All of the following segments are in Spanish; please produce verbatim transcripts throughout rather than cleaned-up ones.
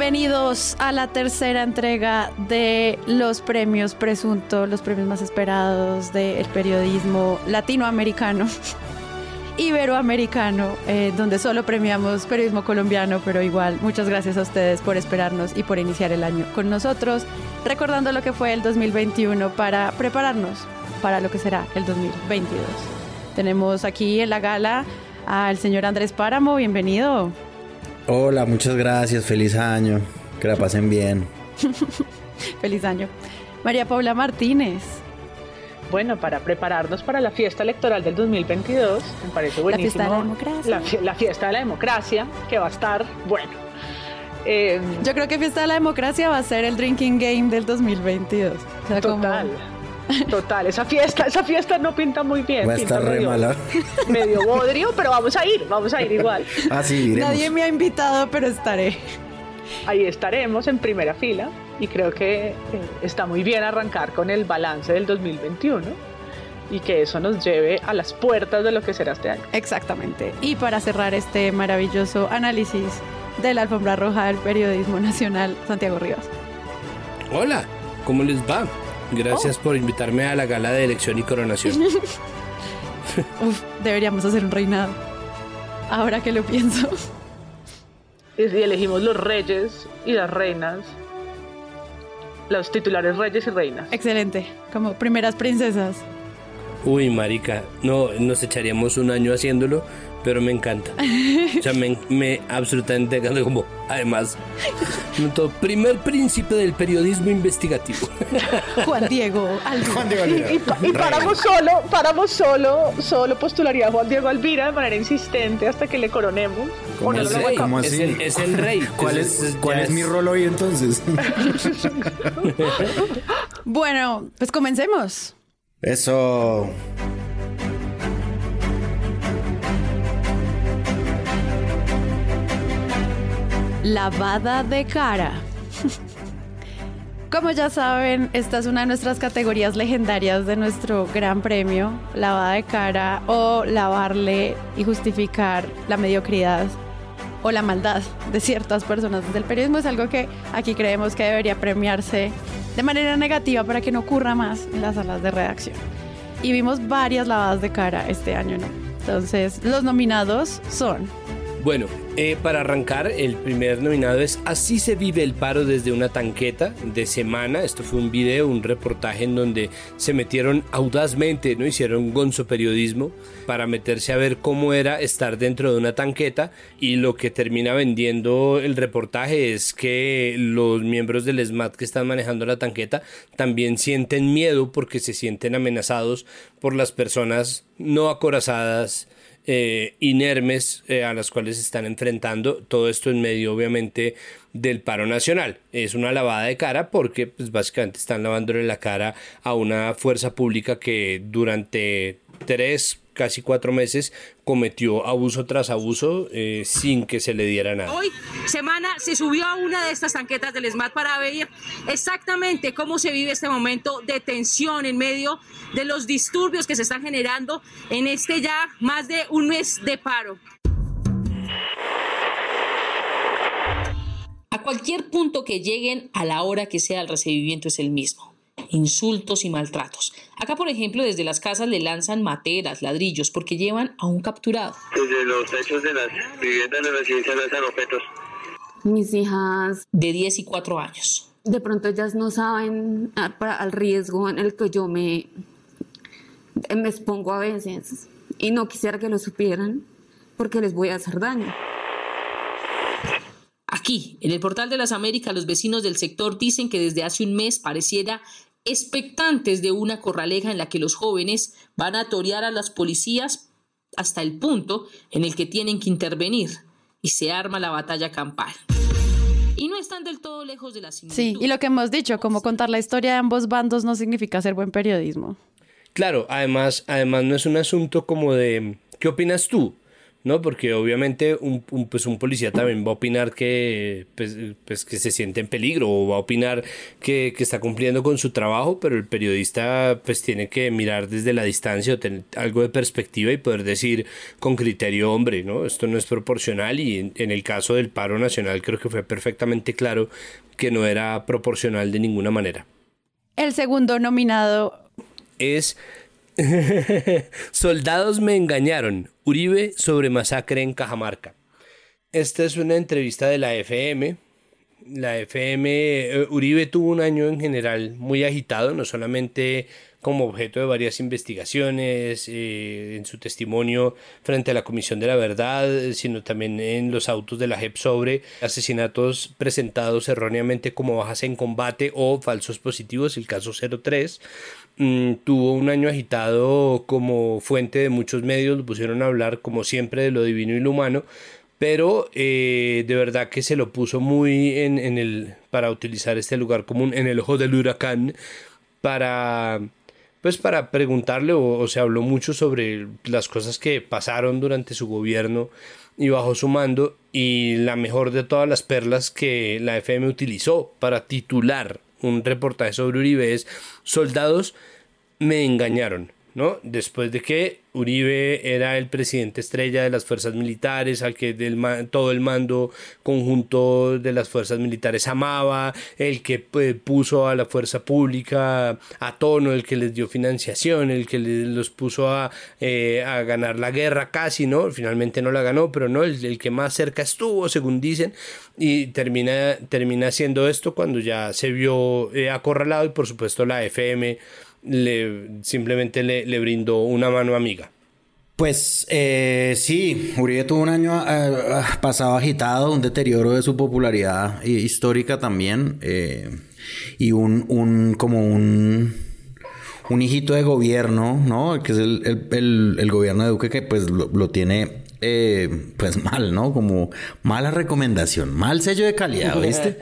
Bienvenidos a la tercera entrega de los premios Presunto, los premios más esperados del periodismo latinoamericano, iberoamericano, eh, donde solo premiamos periodismo colombiano, pero igual, muchas gracias a ustedes por esperarnos y por iniciar el año con nosotros, recordando lo que fue el dos mil veintiuno para prepararnos para lo que será el dos mil veintidós. Tenemos aquí en la gala al señor Andrés Páramo, bienvenido. Hola, muchas gracias, feliz año, que la pasen bien. Feliz año. María Paula Martínez. Bueno, para prepararnos para la fiesta electoral del dos mil veintidós, me parece buenísimo. La fiesta de la democracia. La, la fiesta de la democracia, que va a estar, bueno. Eh, Yo creo que fiesta de la democracia va a ser el drinking game del dos mil veintidós. O sea, total. Como... Total, esa fiesta, esa fiesta no pinta muy bien. Va a estar re mala. Medio bodrio, pero vamos a ir, vamos a ir igual. Ah, sí, iremos. Nadie me ha invitado, pero estaré. Ahí estaremos en primera fila y creo que eh, está muy bien arrancar con el balance del dos mil veintiuno y que eso nos lleve a las puertas de lo que será este año. Exactamente. Y para cerrar este maravilloso análisis de la alfombra roja del periodismo nacional, Santiago Rivas. Hola, ¿cómo les va? Gracias oh. por invitarme a la gala de elección y coronación. Uf, deberíamos hacer un reinado. Ahora que lo pienso. Y elegimos los reyes y las reinas. Los titulares reyes y reinas. Excelente, como primeras princesas. Uy, marica, no, nos echaríamos un año haciéndolo, pero me encanta. O sea, me, me absolutamente encanta como, además, todo, primer príncipe del periodismo investigativo. Juan Diego Alvira. Juan Diego Alvira. Y, y, pa, y paramos solo, paramos solo, solo postularía a Juan Diego Alvira de manera insistente hasta que le coronemos. ¿Cómo, no es, lo rey? ¿Cómo así? Es el, es el rey. ¿Cuál es, es, ¿cuál es, es mi rol hoy entonces? Bueno, pues comencemos. Eso. Lavada de cara. Como ya saben, esta es una de nuestras categorías legendarias de nuestro gran premio, lavada de cara o lavarle y justificar la mediocridad o la maldad de ciertas personas del periodismo. Es algo que aquí creemos que debería premiarse de manera negativa para que no ocurra más en las salas de redacción. Y vimos varias lavadas de cara este año, ¿no? Entonces, los nominados son... Bueno, eh, para arrancar, el primer nominado es Así se vive el paro desde una tanqueta de Semana. Esto fue un video, un reportaje en donde se metieron audazmente, ¿no? Hicieron gonzo periodismo para meterse a ver cómo era estar dentro de una tanqueta, y lo que termina vendiendo el reportaje es que los miembros del ESMAD que están manejando la tanqueta también sienten miedo porque se sienten amenazados por las personas no acorazadas, Eh, inermes eh, a las cuales se están enfrentando. Todo esto en medio obviamente del paro nacional. Es una lavada de cara porque pues básicamente están lavándole la cara a una fuerza pública que durante tres, casi cuatro meses cometió abuso tras abuso eh, sin que se le diera nada. Hoy Semana se subió a una de estas tanquetas del ESMAD para ver exactamente cómo se vive este momento de tensión en medio de los disturbios que se están generando en este ya más de un mes de paro. A cualquier punto que lleguen, a la hora que sea, el recibimiento es el mismo. Insultos y maltratos. Acá, por ejemplo, desde las casas le lanzan materas, ladrillos, porque llevan a un capturado. Desde los techos de las viviendas de residencia lanzan objetos. Mis hijas de diez y cuatro años. De pronto ellas no saben al riesgo en el que yo me, me expongo a veces. Y no quisiera que lo supieran porque les voy a hacer daño. Aquí, en el Portal de las Américas, los vecinos del sector dicen que desde hace un mes pareciera expectantes de una corraleja en la que los jóvenes van a torear a las policías hasta el punto en el que tienen que intervenir y se arma la batalla campal. Y no están del todo lejos de la similitud. Sí, y lo que hemos dicho, como contar la historia de ambos bandos no significa hacer buen periodismo. Claro, además, además no es un asunto como de ¿qué opinas tú? ¿no? Porque obviamente un, un, pues un policía también va a opinar que, pues, pues que se siente en peligro, o va a opinar que, que está cumpliendo con su trabajo, pero el periodista pues tiene que mirar desde la distancia o tener algo de perspectiva y poder decir con criterio, hombre, ¿no? Esto no es proporcional, y en, en el caso del paro nacional creo que fue perfectamente claro que no era proporcional de ninguna manera. El segundo nominado es Soldados me engañaron, Uribe sobre masacre en Cajamarca. Esta es una entrevista de la F M. La F M, Uribe tuvo un año en general muy agitado, no solamente como objeto de varias investigaciones, eh, en su testimonio frente a la Comisión de la Verdad, sino también en los autos de la J E P sobre asesinatos presentados erróneamente como bajas en combate o falsos positivos, el caso cero tres. Mm, tuvo un año agitado como fuente de muchos medios, lo pusieron a hablar como siempre de lo divino y lo humano, pero eh, de verdad que se lo puso muy en, en el, para utilizar este lugar común, en el ojo del huracán, para, pues para preguntarle, o, o se habló mucho sobre las cosas que pasaron durante su gobierno y bajo su mando, y la mejor de todas las perlas que la F M utilizó para titular un reportaje sobre Uribe es Soldados me engañaron, ¿no? Después de que Uribe era el presidente estrella de las fuerzas militares, al que del ma- todo el mando conjunto de las fuerzas militares amaba, el que pues, puso a la fuerza pública a tono, el que les dio financiación, el que les, los puso a, eh, a ganar la guerra casi, ¿no? Finalmente no la ganó, pero no, el, el que más cerca estuvo, según dicen, y termina, termina haciendo esto cuando ya se vio eh, acorralado, y por supuesto la F M le, simplemente le, le brindó una mano amiga. Pues eh, sí, Uribe tuvo un año eh, pasado agitado, un deterioro de su popularidad histórica también, eh, y un, un como un, un hijito de gobierno, ¿no? Que es el, el, el, el gobierno de Duque, que pues lo, lo tiene eh, pues mal, ¿no? Como mala recomendación, mal sello de calidad, ¿viste?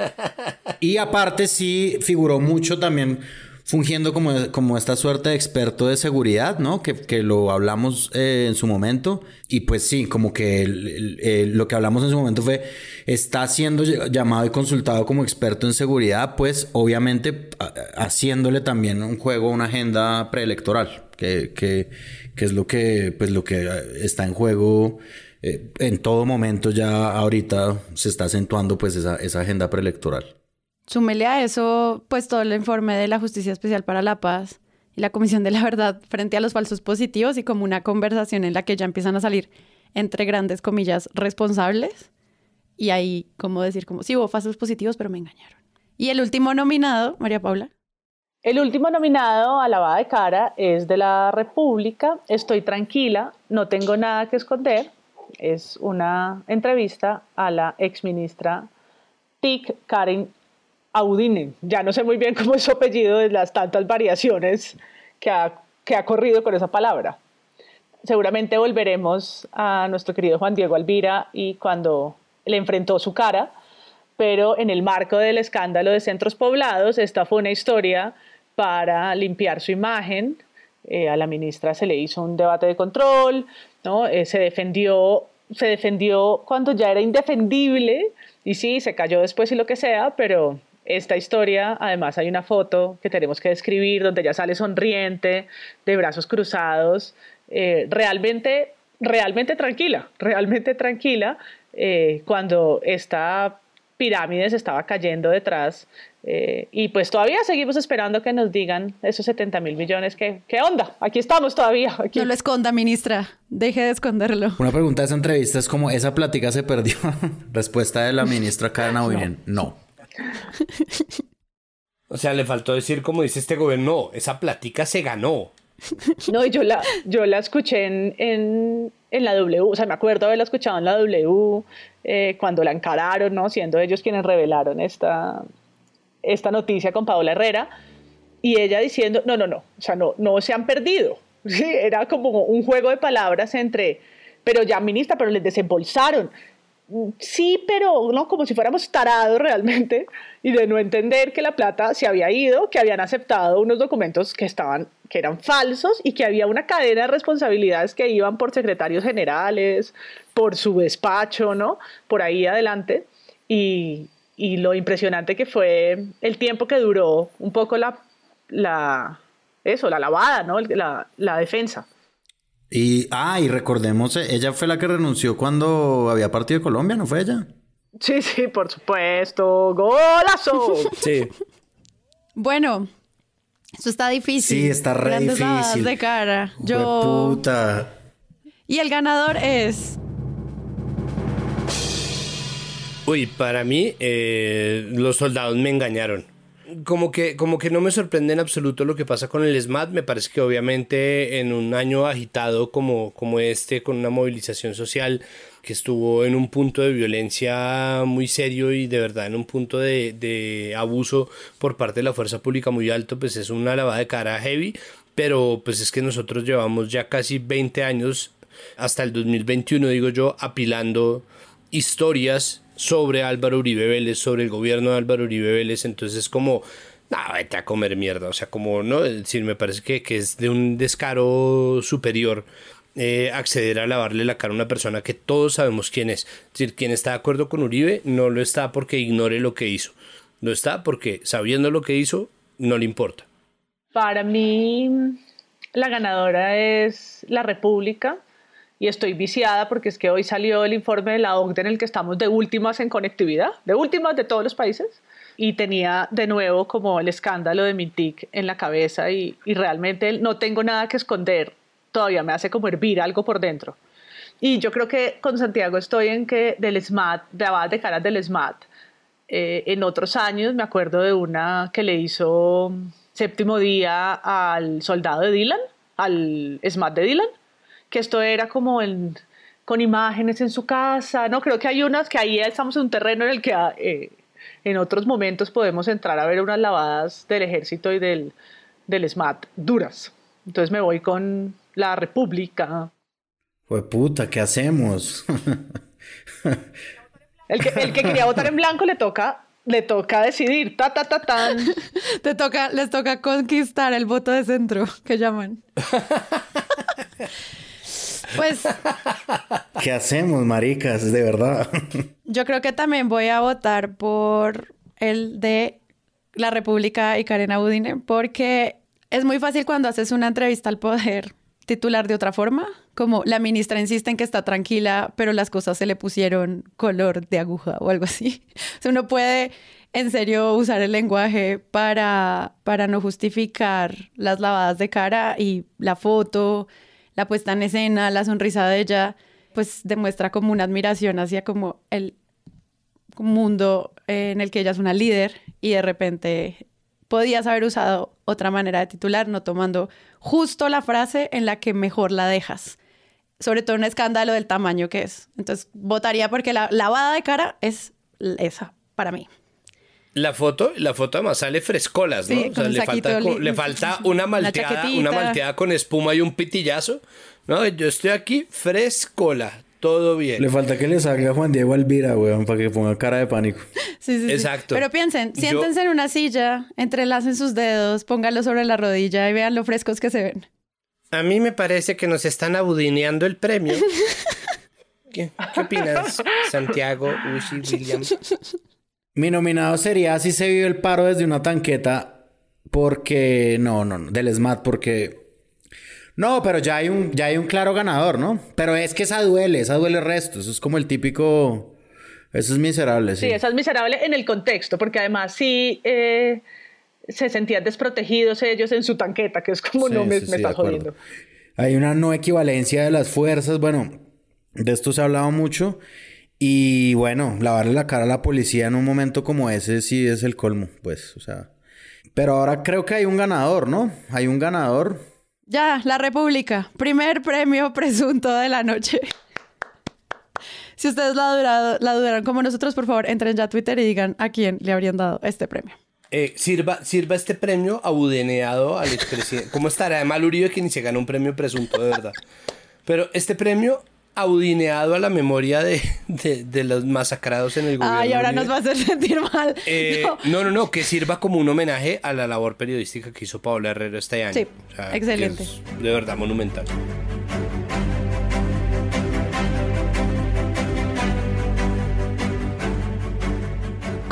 Y aparte sí figuró mucho también fungiendo como, como esta suerte de experto de seguridad, ¿no? Que, que lo hablamos eh, en su momento. Y pues sí, como que el, el, el, lo que hablamos en su momento fue, está siendo llamado y consultado como experto en seguridad, pues obviamente a, haciéndole también un juego, una agenda preelectoral, que, que, que es lo que, pues, lo que está en juego eh, en todo momento. Ya ahorita se está acentuando pues esa, esa agenda preelectoral. Súmele a eso, pues todo el informe de la Justicia Especial para la Paz y la Comisión de la Verdad frente a los falsos positivos, y como una conversación en la que ya empiezan a salir, entre grandes comillas, responsables, y ahí como decir como, sí, hubo falsos positivos, pero me engañaron. Y el último nominado, María Paula. El último nominado a lavada de cara es de la República. Estoy tranquila, no tengo nada que esconder. Es una entrevista a la exministra T I C, Karen Audinen. Ya no sé muy bien cómo es su apellido de las tantas variaciones que ha, que ha corrido con esa palabra. Seguramente volveremos a nuestro querido Juan Diego Alvira y cuando le enfrentó su cara, pero en el marco del escándalo de Centros Poblados, esta fue una historia para limpiar su imagen. Eh, a la ministra se le hizo un debate de control, ¿no? Eh, se defendió, se defendió cuando ya era indefendible, y sí, se cayó después y lo que sea, pero esta historia, además hay una foto que tenemos que describir donde ella sale sonriente, de brazos cruzados, eh, realmente, realmente tranquila, realmente tranquila, eh, cuando esta pirámide se estaba cayendo detrás, eh, y pues todavía seguimos esperando que nos digan esos setenta mil millones, ¿qué, qué onda? Aquí estamos todavía. Aquí. No lo esconda, ministra, deje de esconderlo. Una pregunta de esa entrevista es como, ¿esa plática se perdió? Respuesta de la ministra Karen Audinen, no. no. O sea, le faltó decir, como dice este gobierno, no, esa plática se ganó. No, yo la, yo la escuché en, en, en la W, o sea, me acuerdo haberla escuchado en la W, eh, cuando la encararon, ¿no? Siendo ellos quienes revelaron esta, esta noticia con Paola Herrera, y ella diciendo, no, no, no, o sea, no, no se han perdido. Sí, era como un juego de palabras entre, pero ya ministra, pero les desembolsaron. Sí, pero no, como si fuéramos tarados realmente, y de no entender que la plata se había ido, que habían aceptado unos documentos que estaban, que eran falsos, y que había una cadena de responsabilidades que iban por secretarios generales, por su despacho, ¿no? Por ahí adelante. Y, y lo impresionante que fue el tiempo que duró un poco la, la eso, la lavada, ¿no? La, la defensa. Y, ah, y recordemos, ella fue la que renunció cuando había partido de Colombia, ¿no fue ella? Sí, sí, por supuesto. ¡Golazo! Sí. Bueno, eso está difícil. Sí, está re Grandes difícil. lavadas de cara. Yo... Jueputa. Y el ganador es... Uy, para mí, eh, los soldados me engañaron. Como que, como que no me sorprende en absoluto lo que pasa con el SMAT. Me parece que obviamente en un año agitado como, como este, con una movilización social que estuvo en un punto de violencia muy serio y de verdad en un punto de, de abuso por parte de la fuerza pública muy alto, pues es una lavada de cara heavy. Pero pues es que nosotros llevamos ya casi veinte años, hasta el dos mil veintiuno, digo yo, apilando historias sobre Álvaro Uribe Vélez, sobre el gobierno de Álvaro Uribe Vélez. Entonces como, no, vete a comer mierda, o sea, como, no, es decir, me parece que, que es de un descaro superior eh, acceder a lavarle la cara a una persona que todos sabemos quién es. Es decir, quien está de acuerdo con Uribe no lo está porque ignore lo que hizo, lo está porque sabiendo lo que hizo no le importa. Para mí la ganadora es la República. Y estoy viciada porque es que hoy salió el informe de la O C D E en el que estamos de últimas en conectividad, de últimas de todos los países. Y tenía de nuevo como el escándalo de Mintic en la cabeza y, y realmente no tengo nada que esconder. Todavía me hace como hervir algo por dentro. Y yo creo que con Santiago estoy en que del SMAT, de lavadas de caras del SMAT, eh, en otros años me acuerdo de una que le hizo Séptimo Día al soldado de Dylan, al SMAT de Dylan, que esto era como el, con imágenes en su casa, ¿no? Creo que hay unas que ahí estamos en un terreno en el que eh, en otros momentos podemos entrar a ver unas lavadas del ejército y del, del SMAT duras. Entonces me voy con la República. Jueputa, ¿qué hacemos? el, que, el que quería votar en blanco le toca, le toca decidir, ta, ta, ta, tan. Te toca, les toca conquistar el voto de centro, que llaman. Pues... ¿Qué hacemos, maricas? De verdad. Yo creo que también voy a votar por el de la República y Karen Abudine, porque es muy fácil cuando haces una entrevista al poder titular de otra forma, como la ministra insiste en que está tranquila, pero las cosas se le pusieron color de aguja o algo así. O sea, uno puede en serio usar el lenguaje para, para no justificar las lavadas de cara, y la foto, la puesta en escena, la sonrisa de ella, pues demuestra como una admiración hacia como el mundo en el que ella es una líder, y de repente podías haber usado otra manera de titular, no tomando justo la frase en la que mejor la dejas. Sobre todo un escándalo del tamaño que es. Entonces votaría porque la lavada de cara es esa para mí. La foto, la foto además sale frescolas, ¿no? Sí, o sea, le falta, li- le falta una malteada, una, una malteada con espuma y un pitillazo. No, yo estoy aquí frescola, todo bien. Le falta que le salga a Juan Diego Alvira, weón, para que ponga cara de pánico. Sí, sí, exacto. Sí. Pero piensen, siéntense yo... en una silla, entrelacen sus dedos, pónganlo sobre la rodilla y vean lo frescos que se ven. A mí me parece que nos están abudineando el premio. ¿Qué, ¿Qué opinas, Santiago, Uzi, William? Mi nominado sería Si se vive el paro desde una tanqueta, porque... No, no, no, del SMAT, porque... No, pero ya hay un, ya hay un claro ganador, ¿no? Pero es que esa duele, esa duele el resto. Eso es como el típico... Eso es miserable, sí. Sí, eso es miserable en el contexto, porque además sí eh, se sentían desprotegidos ellos en su tanqueta, que es como, sí, no, me, sí, me sí, estás jodiendo. Hay una no equivalencia de las fuerzas, bueno, de esto se ha hablado mucho. Y bueno, lavarle la cara a la policía en un momento como ese sí es el colmo, pues, o sea... Pero ahora creo que hay un ganador, ¿no? Hay un ganador... Ya, la República. Primer premio presunto de la noche. Si ustedes la, durado, la dudaron como nosotros, por favor, entren ya a Twitter y digan a quién le habrían dado este premio. Eh, sirva, sirva este premio abudeneado al expresidente. ¿Cómo estará de mal Uribe que ni se gana un premio presunto, de verdad? Pero este premio audineado a la memoria de, de, de los masacrados en el gobierno. Ay, ahora Uribe. Nos va a hacer sentir mal. Eh, no. no, no, no, que sirva como un homenaje a la labor periodística que hizo Paola Herrero este año. Sí, o sea, excelente. Es de verdad monumental.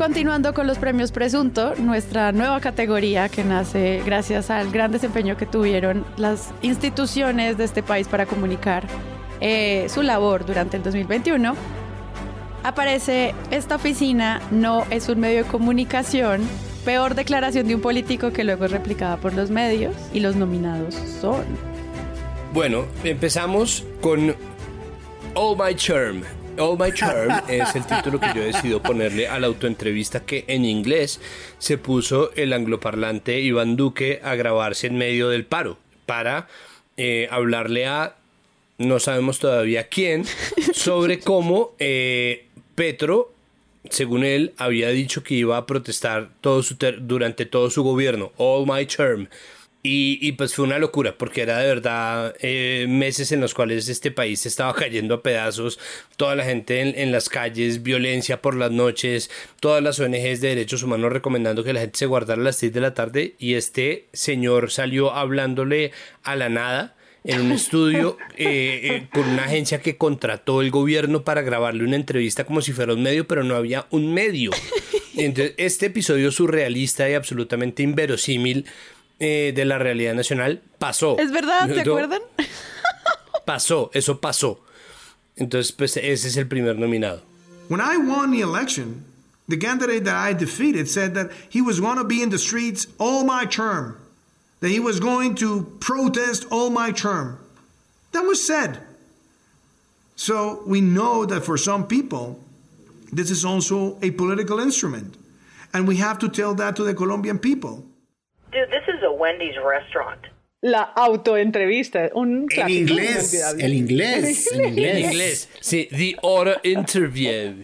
Continuando con los premios Presunto, nuestra nueva categoría que nace gracias al gran desempeño que tuvieron las instituciones de este país para comunicar eh, su labor durante el dos mil veintiuno, aparece esta oficina no es un medio de comunicación, peor declaración de un político que luego es replicada por los medios y los nominados son... Bueno, empezamos con All My Charm. All My Charm es el título que yo he decidido ponerle a la autoentrevista que en inglés se puso el angloparlante Iván Duque a grabarse en medio del paro para eh, hablarle a no sabemos todavía quién sobre cómo eh, Petro, según él, había dicho que iba a protestar todo su ter- durante todo su gobierno, All My Term. Y, y pues fue una locura, porque era de verdad eh, meses en los cuales este país estaba cayendo a pedazos, toda la gente en, en las calles, violencia por las noches, todas las O N Ges de derechos humanos recomendando que la gente se guardara a las seis de la tarde, y este señor salió hablándole a la nada en un estudio eh, eh, con una agencia que contrató el gobierno para grabarle una entrevista como si fuera un medio, pero no había un medio. Entonces este episodio surrealista y absolutamente inverosímil Eh, de la realidad nacional pasó. ¿Es verdad? ¿Se acuerdan? Pasó, eso pasó. Entonces, pues ese es el primer nominado. When I won the election, the candidate that I defeated said that he was going to be in the streets all my term, that he was going to protest all my term. That was said. So we know that for some people, this is also a political instrument. And we have to tell that to the Colombian people. Dude, this is a Wendy's restaurant. La autoentrevista, un En inglés, el inglés, en inglés. En inglés, sí, the auto interview.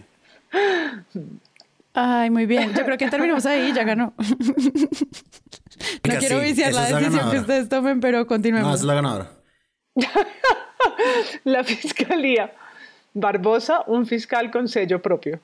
Ay, muy bien. Yo creo que terminamos ahí, ya ganó. No Venga, quiero sí, viciar la esa es la decisión que ganadora. ustedes tomen, pero continuemos. No, es la ganadora. La fiscalía. Barbosa, un fiscal con sello propio.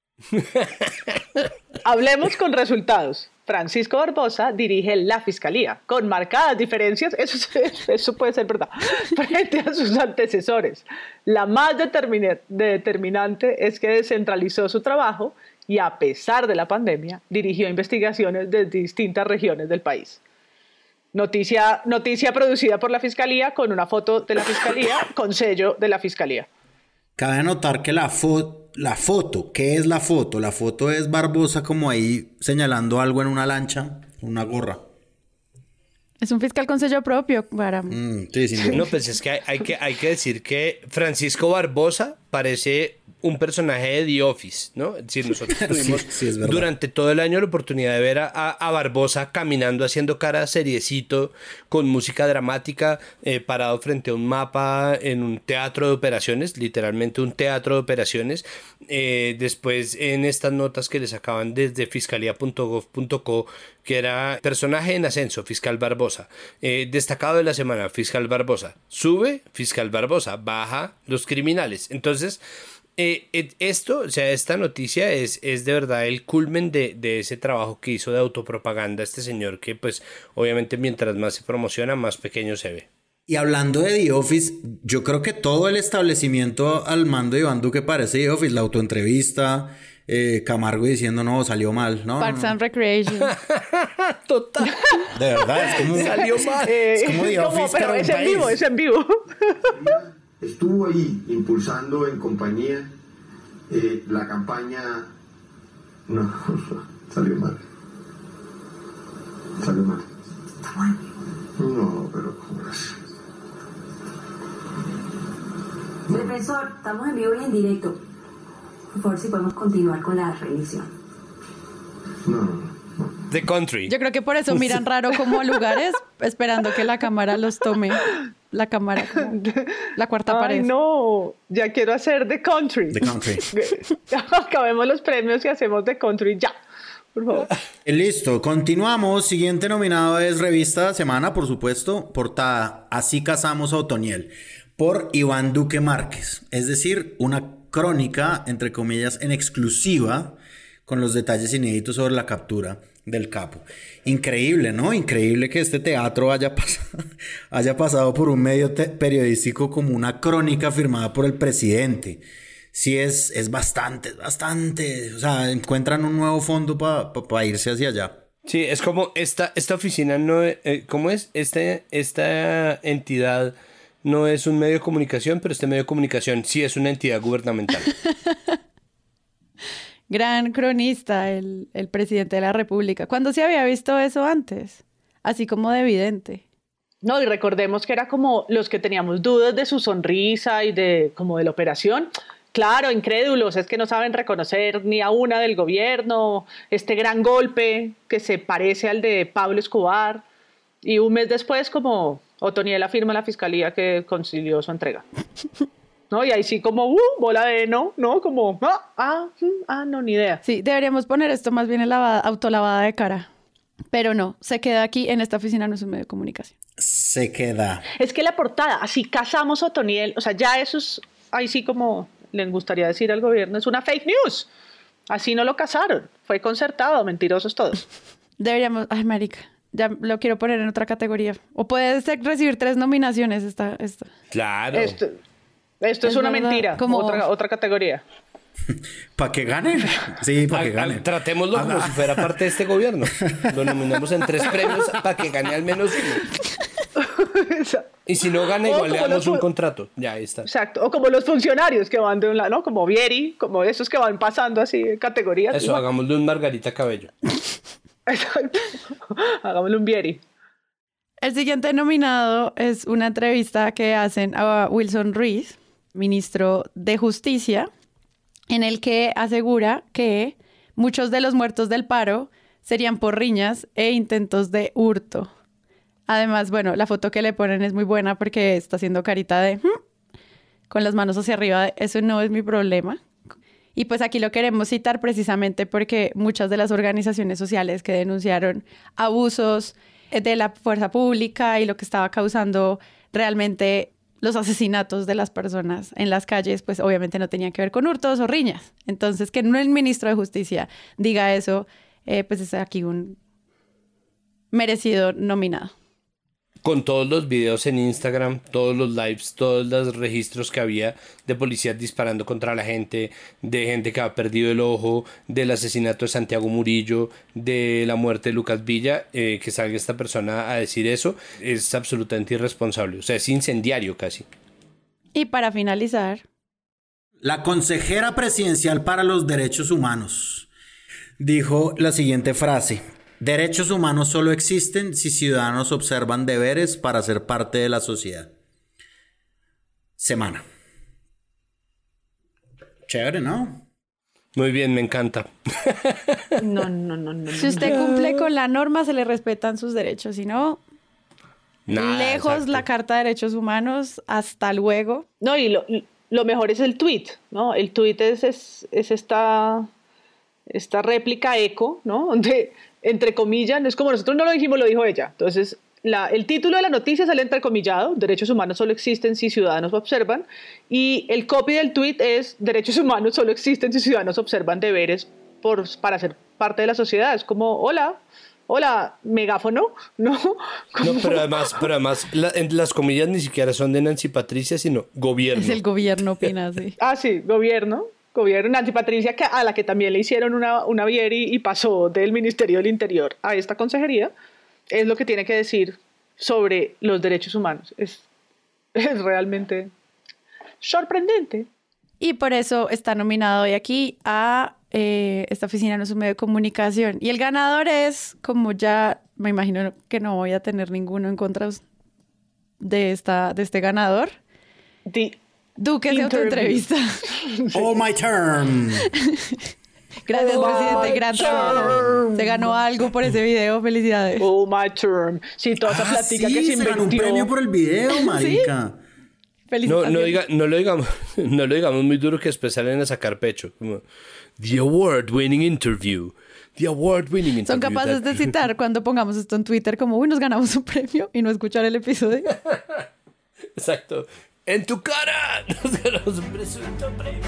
Hablemos con resultados. Francisco Barbosa dirige la fiscalía, con marcadas diferencias, eso, eso puede ser verdad, frente a sus antecesores. La más determina- determinante es que descentralizó su trabajo y, a pesar de la pandemia, dirigió investigaciones de distintas regiones del país. Noticia, noticia producida por la fiscalía con una foto de la fiscalía con sello de la fiscalía. Cabe notar que la, fo- la foto, ¿qué es la foto? La foto es Barbosa como ahí señalando algo en una lancha, una gorra. Es un fiscal con sello propio, para... Mm, sí, sin duda. No, pues es que hay, hay que hay que decir que Francisco Barbosa parece un personaje de The Office, ¿no? Es decir, nosotros tuvimos Sí, sí, es verdad. durante todo el año la oportunidad de ver a, a, a Barbosa caminando, haciendo cara seriecito, con música dramática, eh, parado frente a un mapa en un teatro de operaciones, literalmente un teatro de operaciones. Eh, después en estas notas que les sacaban desde fiscalía punto gov punto co, que era personaje en ascenso, fiscal Barbosa. Eh, destacado de la semana, fiscal Barbosa. Sube, fiscal Barbosa. Baja, los criminales. Entonces... Eh, eh, esto, o sea, esta noticia es, es de verdad el culmen de, de ese trabajo que hizo de autopropaganda este señor, que pues obviamente mientras más se promociona, más pequeño se ve. Y hablando de The Office, yo creo que todo el establecimiento al mando de Iván Duque parece The Office, la autoentrevista, eh, Camargo diciendo no, salió mal, ¿no? Parks no, and Recreation. Total. De verdad, es como... Salió mal. Eh, Es como The Office, pero pero en es en país. vivo, es en vivo. Estuvo ahí impulsando en compañía eh, la campaña. No, salió mal. Salió mal. No, pero gracias. Defensor, estamos en vivo y en directo. Por favor, si podemos continuar con la reemisión. No, no, no. The Country. Yo creo que por eso miran raro como a lugares, esperando que la cámara los tome. La cámara, como la cuarta Ay, pared. no, ya quiero hacer The Country. The Country. Acabemos los premios y hacemos The Country ya, por favor. Eh, Listo, continuamos. Siguiente nominado es Revista Semana, por supuesto. Portada, Así casamos a Otoniel, por Iván Duque Márquez. Es decir, una crónica, entre comillas, en exclusiva, con los detalles inéditos sobre la captura del capo. Increíble, ¿no? Increíble que este teatro haya, pas- haya pasado por un medio te- periodístico como una crónica firmada por el presidente. sí es, es bastante, bastante. O sea, encuentran un nuevo fondo para pa, pa irse hacia allá. Sí, es como esta, esta oficina no es, eh, ¿cómo es? Este, esta entidad no es un medio de comunicación, pero este medio de comunicación sí es una entidad gubernamental. Gran cronista, el, el presidente de la República. ¿Cuándo se había visto eso antes? Así como de evidente. No, y recordemos que era como los que teníamos dudas de su sonrisa y de como de la operación. Claro, incrédulos, es que no saben reconocer ni a una del gobierno, este gran golpe que se parece al de Pablo Escobar. Y un mes después, como Otoniel afirma la fiscalía que consiguió su entrega. ¿No? Y ahí sí como, uh, bola de no, ¿no? Como, ah, ah, ah, no, ni idea. Sí, deberíamos poner esto más bien en lavada, autolavada de cara. Pero no, se queda aquí en esta oficina, no es un medio de comunicación. Se queda. Es que la portada, así casamos a Otoniel, o sea, ya eso es, ahí sí como les gustaría decir al gobierno, es una fake news. Así no lo casaron, fue concertado, mentirosos todos. Deberíamos, ay, marica, ya lo quiero poner en otra categoría. O puede ser recibir tres nominaciones esta. esta. Claro. Esto, esto es, es una verdad, mentira, como otra, otra categoría. ¿Para que gane? Sí, para que gane. Tratémoslo como ah, si fuera parte de este gobierno. Lo nominamos en tres premios para que gane al menos uno. Y si no gana, igual le damos un contrato. Ya, ahí está. Exacto. O como los funcionarios que van de un lado, ¿no? Como Vieri, como esos que van pasando así en categorías. Eso, igual. Hagámosle un Margarita Cabello. Exacto. Hagámosle un Vieri. El siguiente nominado es una entrevista que hacen a Wilson Reed, ministro de Justicia, en el que asegura que muchos de los muertos del paro serían por riñas e intentos de hurto. Además, bueno, la foto que le ponen es muy buena porque está haciendo carita de hm, con las manos hacia arriba, de, eso no es mi problema. Y pues aquí lo queremos citar precisamente porque muchas de las organizaciones sociales que denunciaron abusos de la fuerza pública y lo que estaba causando realmente los asesinatos de las personas en las calles, pues obviamente no tenían que ver con hurtos o riñas. Entonces, que no el ministro de Justicia diga eso, eh, pues es aquí un merecido nominado. Con todos los videos en Instagram, todos los lives, todos los registros que había de policías disparando contra la gente, de gente que ha perdido el ojo, del asesinato de Santiago Murillo, de la muerte de Lucas Villa, eh, que salga esta persona a decir eso, es absolutamente irresponsable. O sea, es incendiario casi. Y para finalizar, la consejera presidencial para los derechos humanos dijo la siguiente frase: derechos humanos solo existen si ciudadanos observan deberes para ser parte de la sociedad. Semana. Chévere, ¿no? Muy bien, me encanta. No, no, no, no. Si usted cumple con la norma, se le respetan sus derechos. Si no, Nada, lejos exacto. La Carta de Derechos Humanos, hasta luego. No, y lo, lo mejor es el tweet, ¿no? El tweet es, es, es esta, esta réplica eco, ¿no? Donde, entre comillas, no es como nosotros no lo dijimos, lo dijo ella. Entonces, la, el título de la noticia sale entrecomillado: derechos humanos solo existen si ciudadanos observan, y el copy del tweet es: derechos humanos solo existen si ciudadanos observan deberes por, para ser parte de la sociedad. Es como, hola, hola, megáfono, ¿no? No, pero además, pero además la, en las comillas ni siquiera son de Nancy Patricia, sino gobierno. Es el gobierno, opina, sí. Ah, sí, gobierno. Gobierno, Nancy Patricia, que a la que también le hicieron una, una Vieri y pasó del Ministerio del Interior a esta consejería, es lo que tiene que decir sobre los derechos humanos. Es, es realmente sorprendente. Y por eso está nominado hoy aquí a eh, esta oficina, no es un medio de comunicación. Y el ganador es, como ya me imagino que no voy a tener ninguno en contra de, esta, de este ganador. The Duque se autoentrevista. All my term. Gracias, oh, presidente. Gran trabajo. Se ganó algo por ese video. Felicidades. Oh, my term. Sí, toda esa ah, plática sí, que se inventó. Ganó un premio por el video, marica. ¿Sí? No, no, diga, no, lo digamos, no lo digamos muy duro que después salen a sacar pecho. Como, The award-winning interview. The award-winning interview. Son capaces de citar cuando pongamos esto en Twitter como, uy, nos ganamos un premio y no escuchar el episodio. Exacto. ¡En tu cara! Nos ganamos un presunto premio.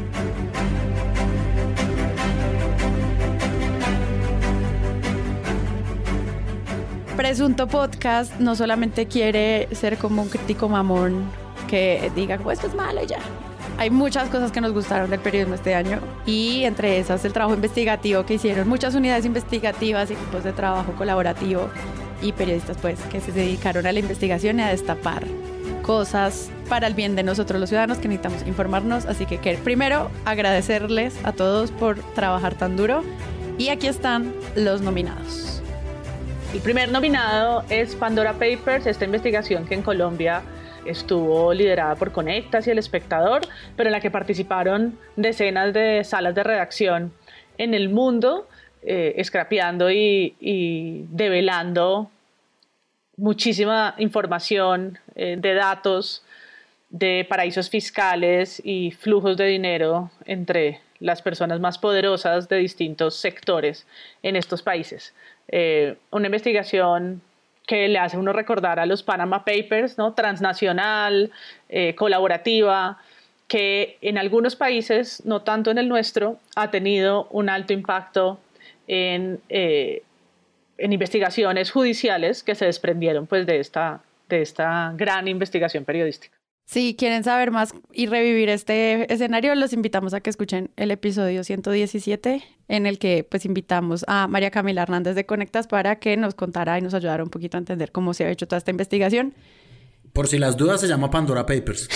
Presunto Podcast no solamente quiere ser como un crítico mamón que diga, pues esto es malo y ya. hay muchas cosas que nos gustaron del periodismo este año y entre esas el trabajo investigativo que hicieron muchas unidades investigativas, equipos de trabajo colaborativo y periodistas pues que se dedicaron a la investigación y a destapar cosas para el bien de nosotros los ciudadanos que necesitamos informarnos. Así que, que primero agradecerles a todos por trabajar tan duro y aquí están los nominados. El primer nominado es Pandora Papers, esta investigación que en Colombia estuvo liderada por Conectas y El Espectador, pero en la que participaron decenas de salas de redacción en el mundo, eh, scrapeando y, y develando muchísima información eh, de datos, de paraísos fiscales y flujos de dinero entre las personas más poderosas de distintos sectores en estos países. Eh, una investigación que le hace a uno recordar a los Panama Papers, ¿no? Transnacional, eh, colaborativa, que en algunos países, no tanto en el nuestro, ha tenido un alto impacto en, eh, en investigaciones judiciales que se desprendieron pues, de, esta, de esta gran investigación periodística. Si quieren saber más y revivir este escenario, los invitamos a que escuchen el episodio ciento diecisiete, en el que pues invitamos a María Camila Hernández de Conectas para que nos contara y nos ayudara un poquito a entender cómo se ha hecho toda esta investigación. Por si las dudas, se llama Pandora Papers.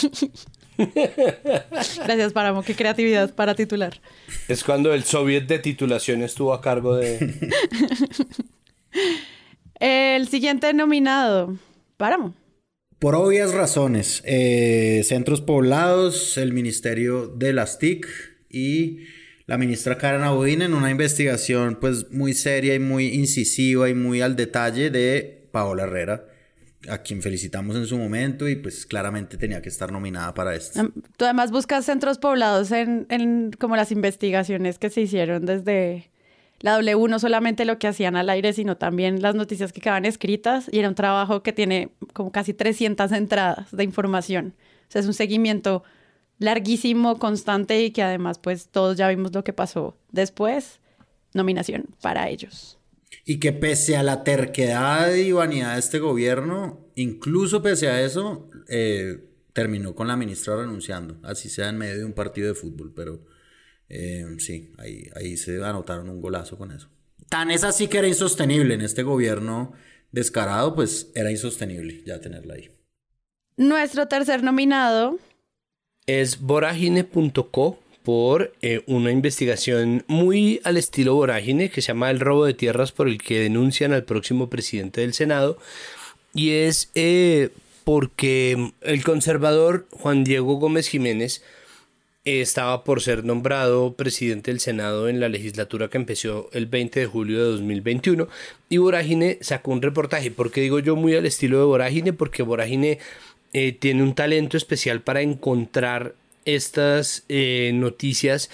Gracias, Páramo. Qué creatividad para titular. Es cuando el soviet de titulación estuvo a cargo de... El siguiente nominado, Páramo. Por obvias razones, eh, Centros Poblados, el Ministerio de las T I C y la ministra Karen Abudinen en una investigación pues muy seria y muy incisiva y muy al detalle de Paola Herrera, a quien felicitamos en su momento y pues claramente tenía que estar nominada para esto. Tú además buscas Centros Poblados en, en como las investigaciones que se hicieron desde la W, no solamente lo que hacían al aire, sino también las noticias que quedaban escritas, y era un trabajo que tiene como casi trescientas entradas de información. O sea, es un seguimiento larguísimo, constante, y que además pues todos ya vimos lo que pasó después. Nominación para ellos. Y que pese a la terquedad y vanidad de este gobierno, incluso pese a eso, eh, terminó con la ministra renunciando, así sea en medio de un partido de fútbol, pero... Eh, sí, ahí, ahí se anotaron un golazo con eso. Tan es así que era insostenible en este gobierno descarado, pues era insostenible ya tenerla ahí. Nuestro tercer nominado es Vorágine punto co por eh, una investigación muy al estilo Vorágine que se llama El robo de tierras, por el que denuncian al próximo presidente del Senado, y es eh, porque el conservador Juan Diego Gómez Jiménez estaba por ser nombrado presidente del Senado en la legislatura que empezó el veinte de julio de dos mil veintiuno, y Vorágine sacó un reportaje. ¿Por qué digo yo muy al estilo de Vorágine? Porque Vorágine eh, tiene un talento especial para encontrar estas eh, noticias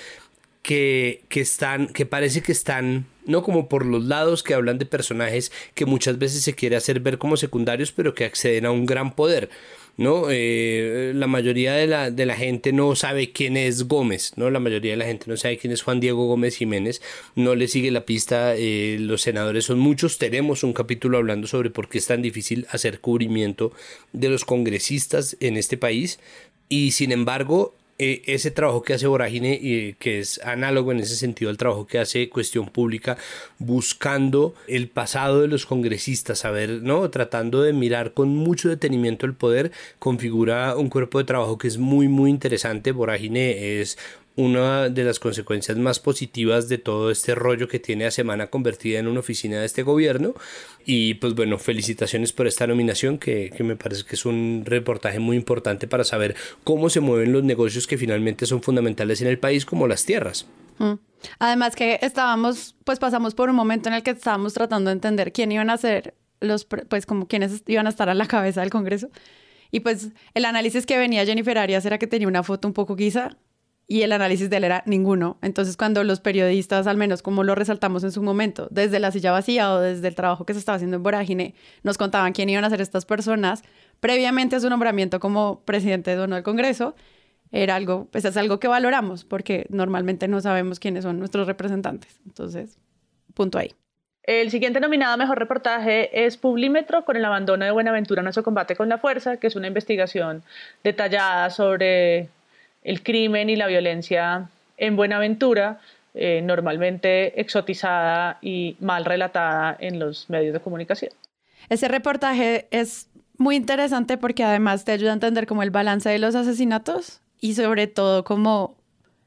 que, que están, que parece que están, no como por los lados, que hablan de personajes que muchas veces se quiere hacer ver como secundarios, pero que acceden a un gran poder. ¿No? Eh, la mayoría de la, de la gente no sabe quién es Gómez, ¿no? La mayoría de la gente no sabe quién es Juan Diego Gómez Jiménez, no le sigue la pista, eh, los senadores son muchos, tenemos un capítulo hablando sobre por qué es tan difícil hacer cubrimiento de los congresistas en este país, y sin embargo... Eh, ese trabajo que hace Vorágine, eh, que es análogo en ese sentido al trabajo que hace Cuestión Pública, buscando el pasado de los congresistas, a ver, ¿no? Tratando de mirar con mucho detenimiento el poder, configura un cuerpo de trabajo que es muy muy interesante. Vorágine es una de las consecuencias más positivas de todo este rollo que tiene a Semana convertida en una oficina de este gobierno. Y pues bueno, felicitaciones por esta nominación, que, que me parece que es un reportaje muy importante para saber cómo se mueven los negocios que finalmente son fundamentales en el país, como las tierras. Mm. Además que estábamos, pues pasamos por un momento en el que estábamos tratando de entender quién iban a ser los, pues como quiénes iban a estar a la cabeza del Congreso. Y pues el análisis que venía Jennifer Arias era que tenía una foto un poco guisa, y el análisis de él era ninguno. Entonces, cuando los periodistas, al menos como lo resaltamos en su momento, desde la silla vacía o desde el trabajo que se estaba haciendo en Vorágine, nos contaban quién iban a ser estas personas, previamente a su nombramiento como presidente de del Congreso, era algo, pues es algo que valoramos, porque normalmente no sabemos quiénes son nuestros representantes. Entonces, punto ahí. El siguiente nominado a Mejor Reportaje es Publímetro, con el abandono de Buenaventura en nuestro combate con la fuerza, que es una investigación detallada sobre... el crimen y la violencia en Buenaventura, eh, normalmente exotizada y mal relatada en los medios de comunicación. Ese reportaje es muy interesante porque además te ayuda a entender como el balance de los asesinatos y sobre todo como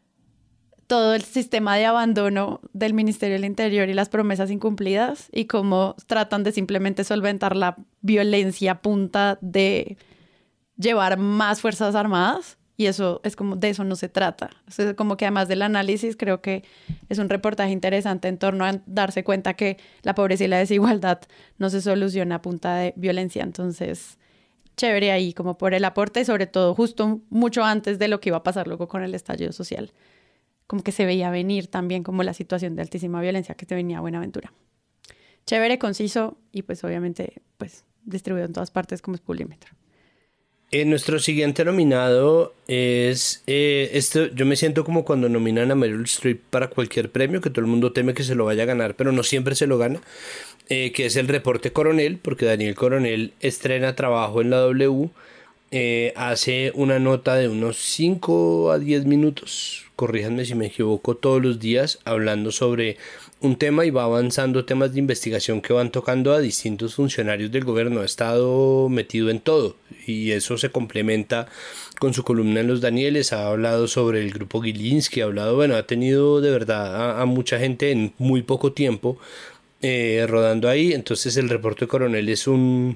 todo el sistema de abandono del Ministerio del Interior y las promesas incumplidas y cómo tratan de simplemente solventar la violencia a punta de llevar más fuerzas armadas. Y eso es como, de eso no se trata. O sea, como que además del análisis, creo que es un reportaje interesante en torno a darse cuenta que la pobreza y la desigualdad no se soluciona a punta de violencia. Entonces, chévere ahí como por el aporte, sobre todo justo mucho antes de lo que iba a pasar luego con el estallido social. Como que se veía venir también como la situación de altísima violencia que te venía a Buenaventura. Chévere, conciso y pues obviamente pues distribuido en todas partes como es Publimetro. Eh, nuestro siguiente nominado es, eh, esto, yo me siento como cuando nominan a Meryl Streep para cualquier premio, que todo el mundo teme que se lo vaya a ganar, pero no siempre se lo gana, eh, que es el reporte Coronel, porque Daniel Coronel estrena trabajo en la W, eh, hace una nota de unos cinco a diez minutos, corríjanme si me equivoco, todos los días, hablando sobre un tema y va avanzando temas de investigación que van tocando a distintos funcionarios del gobierno. Ha estado metido en todo y eso se complementa con su columna en Los Danieles. Ha hablado sobre el grupo Gilinski, ha hablado, bueno, ha tenido de verdad a, a mucha gente en muy poco tiempo eh, rodando ahí. Entonces el reporte Coronel es un...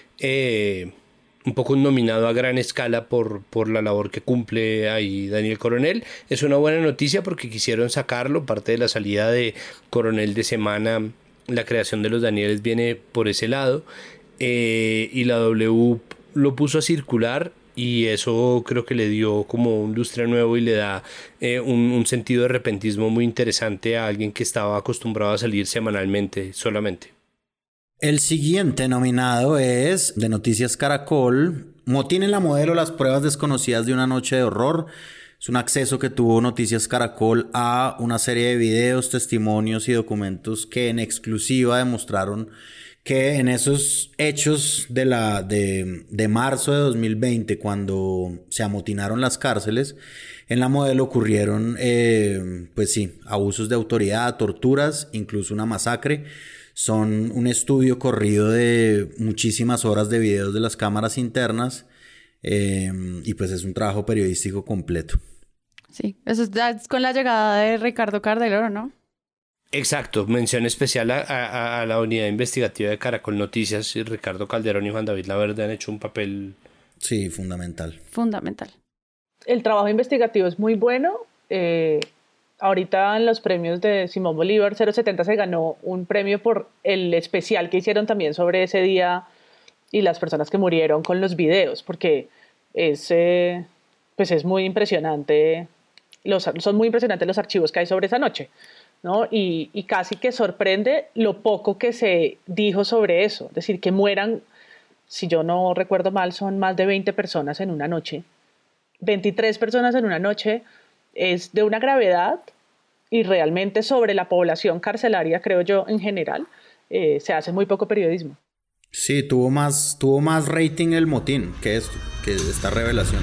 Eh, un poco nominado a gran escala por, por la labor que cumple ahí Daniel Coronel. Es una buena noticia porque quisieron sacarlo, parte de la salida de Coronel de semana, la creación de Los Danieles viene por ese lado, eh, y la W lo puso a circular y eso creo que le dio como un lustre nuevo y le da eh, un, un sentido de repentismo muy interesante a alguien que estaba acostumbrado a salir semanalmente solamente. El siguiente nominado es de Noticias Caracol, Motín en la Modelo, las pruebas desconocidas de una noche de horror. Es un acceso que tuvo Noticias Caracol a una serie de videos, testimonios y documentos que en exclusiva demostraron que en esos hechos de, la, de, de marzo de dos mil veinte, cuando se amotinaron las cárceles, en la Modelo ocurrieron, eh, pues sí, abusos de autoridad, torturas, incluso una masacre. Son un estudio corrido de muchísimas horas de videos de las cámaras internas eh, y pues es un trabajo periodístico completo. Sí, eso es con la llegada de Ricardo Calderón, ¿no? Exacto, mención especial a, a, a la unidad investigativa de Caracol Noticias. Y Ricardo Calderón y Juan David Laverde han hecho un papel... Sí, fundamental. Fundamental. El trabajo investigativo es muy bueno. Eh... Ahorita en los premios de Simón Bolívar cero setenta se ganó un premio por el especial que hicieron también sobre ese día y las personas que murieron con los videos, porque es, eh, pues es muy impresionante, los, son muy impresionantes los archivos que hay sobre esa noche, ¿no? Y, y casi que sorprende lo poco que se dijo sobre eso, es decir, que mueran, si yo no recuerdo mal, son más de veinte personas en una noche, veintitrés personas en una noche. Es de una gravedad y realmente sobre la población carcelaria, creo yo, en general, eh, se hace muy poco periodismo. Sí, tuvo más, tuvo más rating el motín que esto, que esta revelación.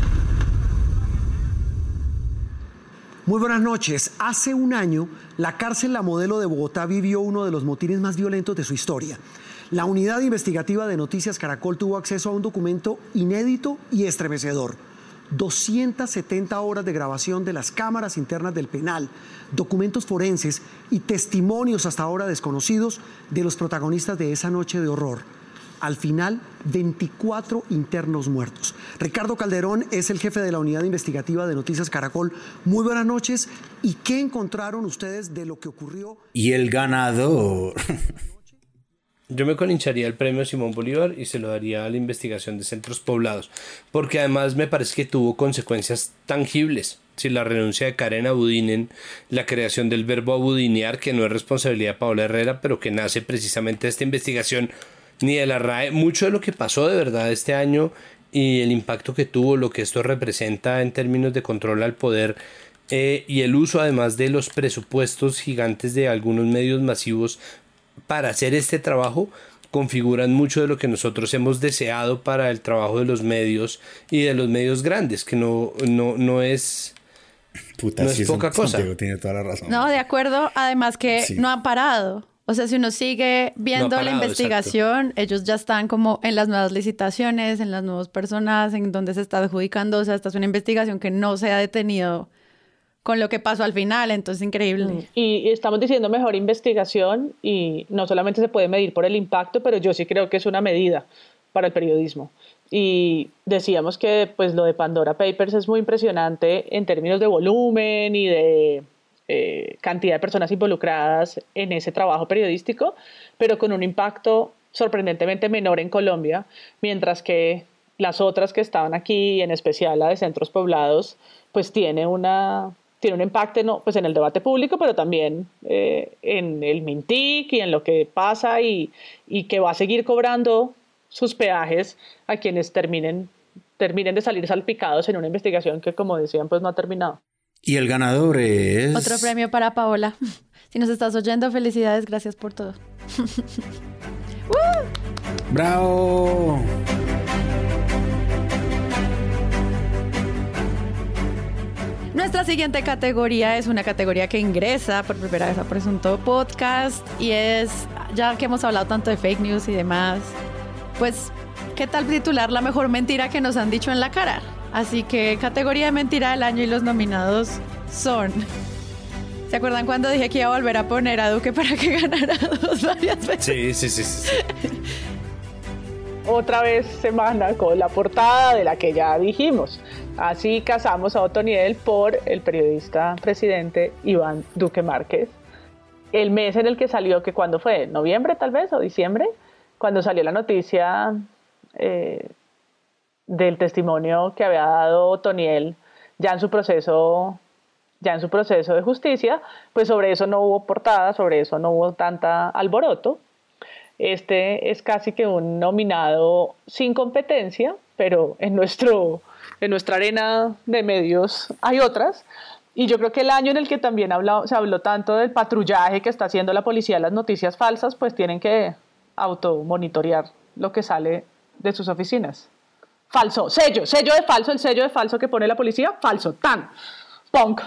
Muy buenas noches. Hace un año, la cárcel La Modelo de Bogotá vivió uno de los motines más violentos de su historia. La unidad investigativa de Noticias Caracol tuvo acceso a un documento inédito y estremecedor. doscientas setenta horas de grabación de las cámaras internas del penal, documentos forenses y testimonios hasta ahora desconocidos de los protagonistas de esa noche de horror. Al final, veinticuatro internos muertos. Ricardo Calderón es el jefe de la unidad investigativa de Noticias Caracol. Muy buenas noches. ¿Y qué encontraron ustedes de lo que ocurrió? Y el ganador... Yo me colincharía el premio Simón Bolívar y se lo daría a la investigación de centros poblados, porque además me parece que tuvo consecuencias tangibles. Si la renuncia de Karen Abudinen, la creación del verbo abudinear, que no es responsabilidad de Paola Herrera, pero que nace precisamente de esta investigación, ni de la R A E, mucho de lo que pasó de verdad este año y el impacto que tuvo, lo que esto representa en términos de control al poder, eh, y el uso además de los presupuestos gigantes de algunos medios masivos para hacer este trabajo, configuran mucho de lo que nosotros hemos deseado para el trabajo de los medios y de los medios grandes, que no, no, no es, Puta, no sí, es poca cosa. Santiago tiene toda la razón. No, de acuerdo. Además que sí. no ha parado. O sea, si uno sigue viendo no parado, la investigación, exacto. ellos ya están como en las nuevas licitaciones, en las nuevas personas, en donde se está adjudicando. O sea, esta es una investigación que no se ha detenido con lo que pasó al final, entonces increíble. Y estamos diciendo mejor investigación y no solamente se puede medir por el impacto, pero yo sí creo que es una medida para el periodismo. Y decíamos que pues lo de Pandora Papers es muy impresionante en términos de volumen y de eh, cantidad de personas involucradas en ese trabajo periodístico, pero con un impacto sorprendentemente menor en Colombia, mientras que las otras que estaban aquí, en especial la de centros poblados, pues tiene una... tiene un impacto no, pues en el debate público, pero también eh, en el Mintic y en lo que pasa y, y que va a seguir cobrando sus peajes a quienes terminen, terminen de salir salpicados en una investigación que, como decían, pues no ha terminado. Y el ganador es... Otro premio para Paola. Si nos estás oyendo, felicidades, gracias por todo. ¡Bravo! Nuestra siguiente categoría es una categoría que ingresa por primera vez a Presunto Podcast y es, ya que hemos hablado tanto de fake news y demás, pues, ¿qué tal titular la mejor mentira que nos han dicho en la cara? Así que categoría de mentira del año y los nominados son... ¿Se acuerdan cuando dije que iba a volver a poner a Duque para que ganara dos varias veces? Sí, sí, sí, sí. sí. Otra vez semana con la portada de la que ya dijimos. Así casamos a Otoniel por el periodista presidente Iván Duque Márquez. El mes en el que salió, que cuando fue, noviembre tal vez o diciembre, cuando salió la noticia eh, del testimonio que había dado Otoniel ya en su proceso, ya en su proceso de justicia, pues sobre eso no hubo portada, sobre eso no hubo tanta alboroto. Este es casi que un nominado sin competencia, pero en, nuestro, en nuestra arena de medios hay otras. Y yo creo que el año en el que también habló, se habló tanto del patrullaje que está haciendo la policía de las noticias falsas, pues tienen que automonitorear lo que sale de sus oficinas. Falso, sello, sello de falso, el sello de falso que pone la policía, falso, tan, punk.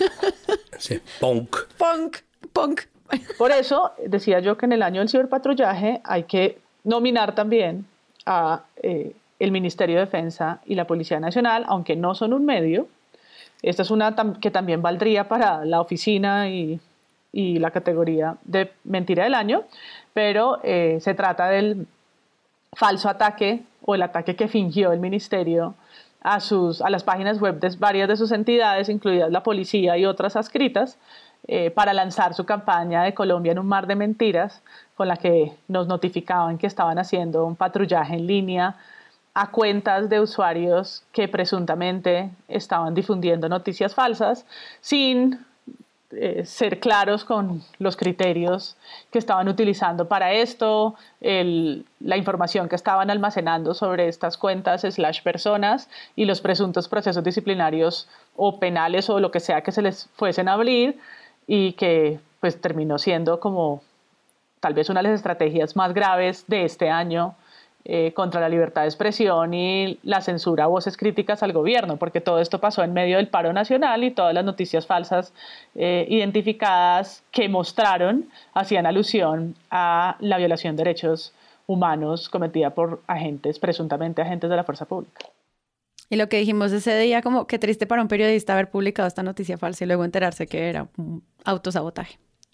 Sí, punk. Punk, punk. Por eso decía yo que en el año del ciberpatrullaje hay que nominar también a eh, el Ministerio de Defensa y la Policía Nacional, aunque no son un medio. Esta es una tam- que también valdría para la oficina y, y la categoría de mentira del año, pero eh, se trata del falso ataque o el ataque que fingió el ministerio a, sus, a las páginas web de varias de sus entidades, incluidas la policía y otras adscritas, Eh, para lanzar su campaña de Colombia en un mar de mentiras, con la que nos notificaban que estaban haciendo un patrullaje en línea a cuentas de usuarios que presuntamente estaban difundiendo noticias falsas sin eh, ser claros con los criterios que estaban utilizando para esto, el, la información que estaban almacenando sobre estas cuentas slash personas y los presuntos procesos disciplinarios o penales o lo que sea que se les fuesen a abrir, y que pues terminó siendo como tal vez una de las estrategias más graves de este año eh, contra la libertad de expresión y la censura a voces críticas al gobierno, porque todo esto pasó en medio del paro nacional y todas las noticias falsas eh, identificadas que mostraron hacían alusión a la violación de derechos humanos cometida por agentes, presuntamente agentes de la fuerza pública. Y lo que dijimos ese día, como qué triste para un periodista haber publicado esta noticia falsa y luego enterarse que era un autosabotaje.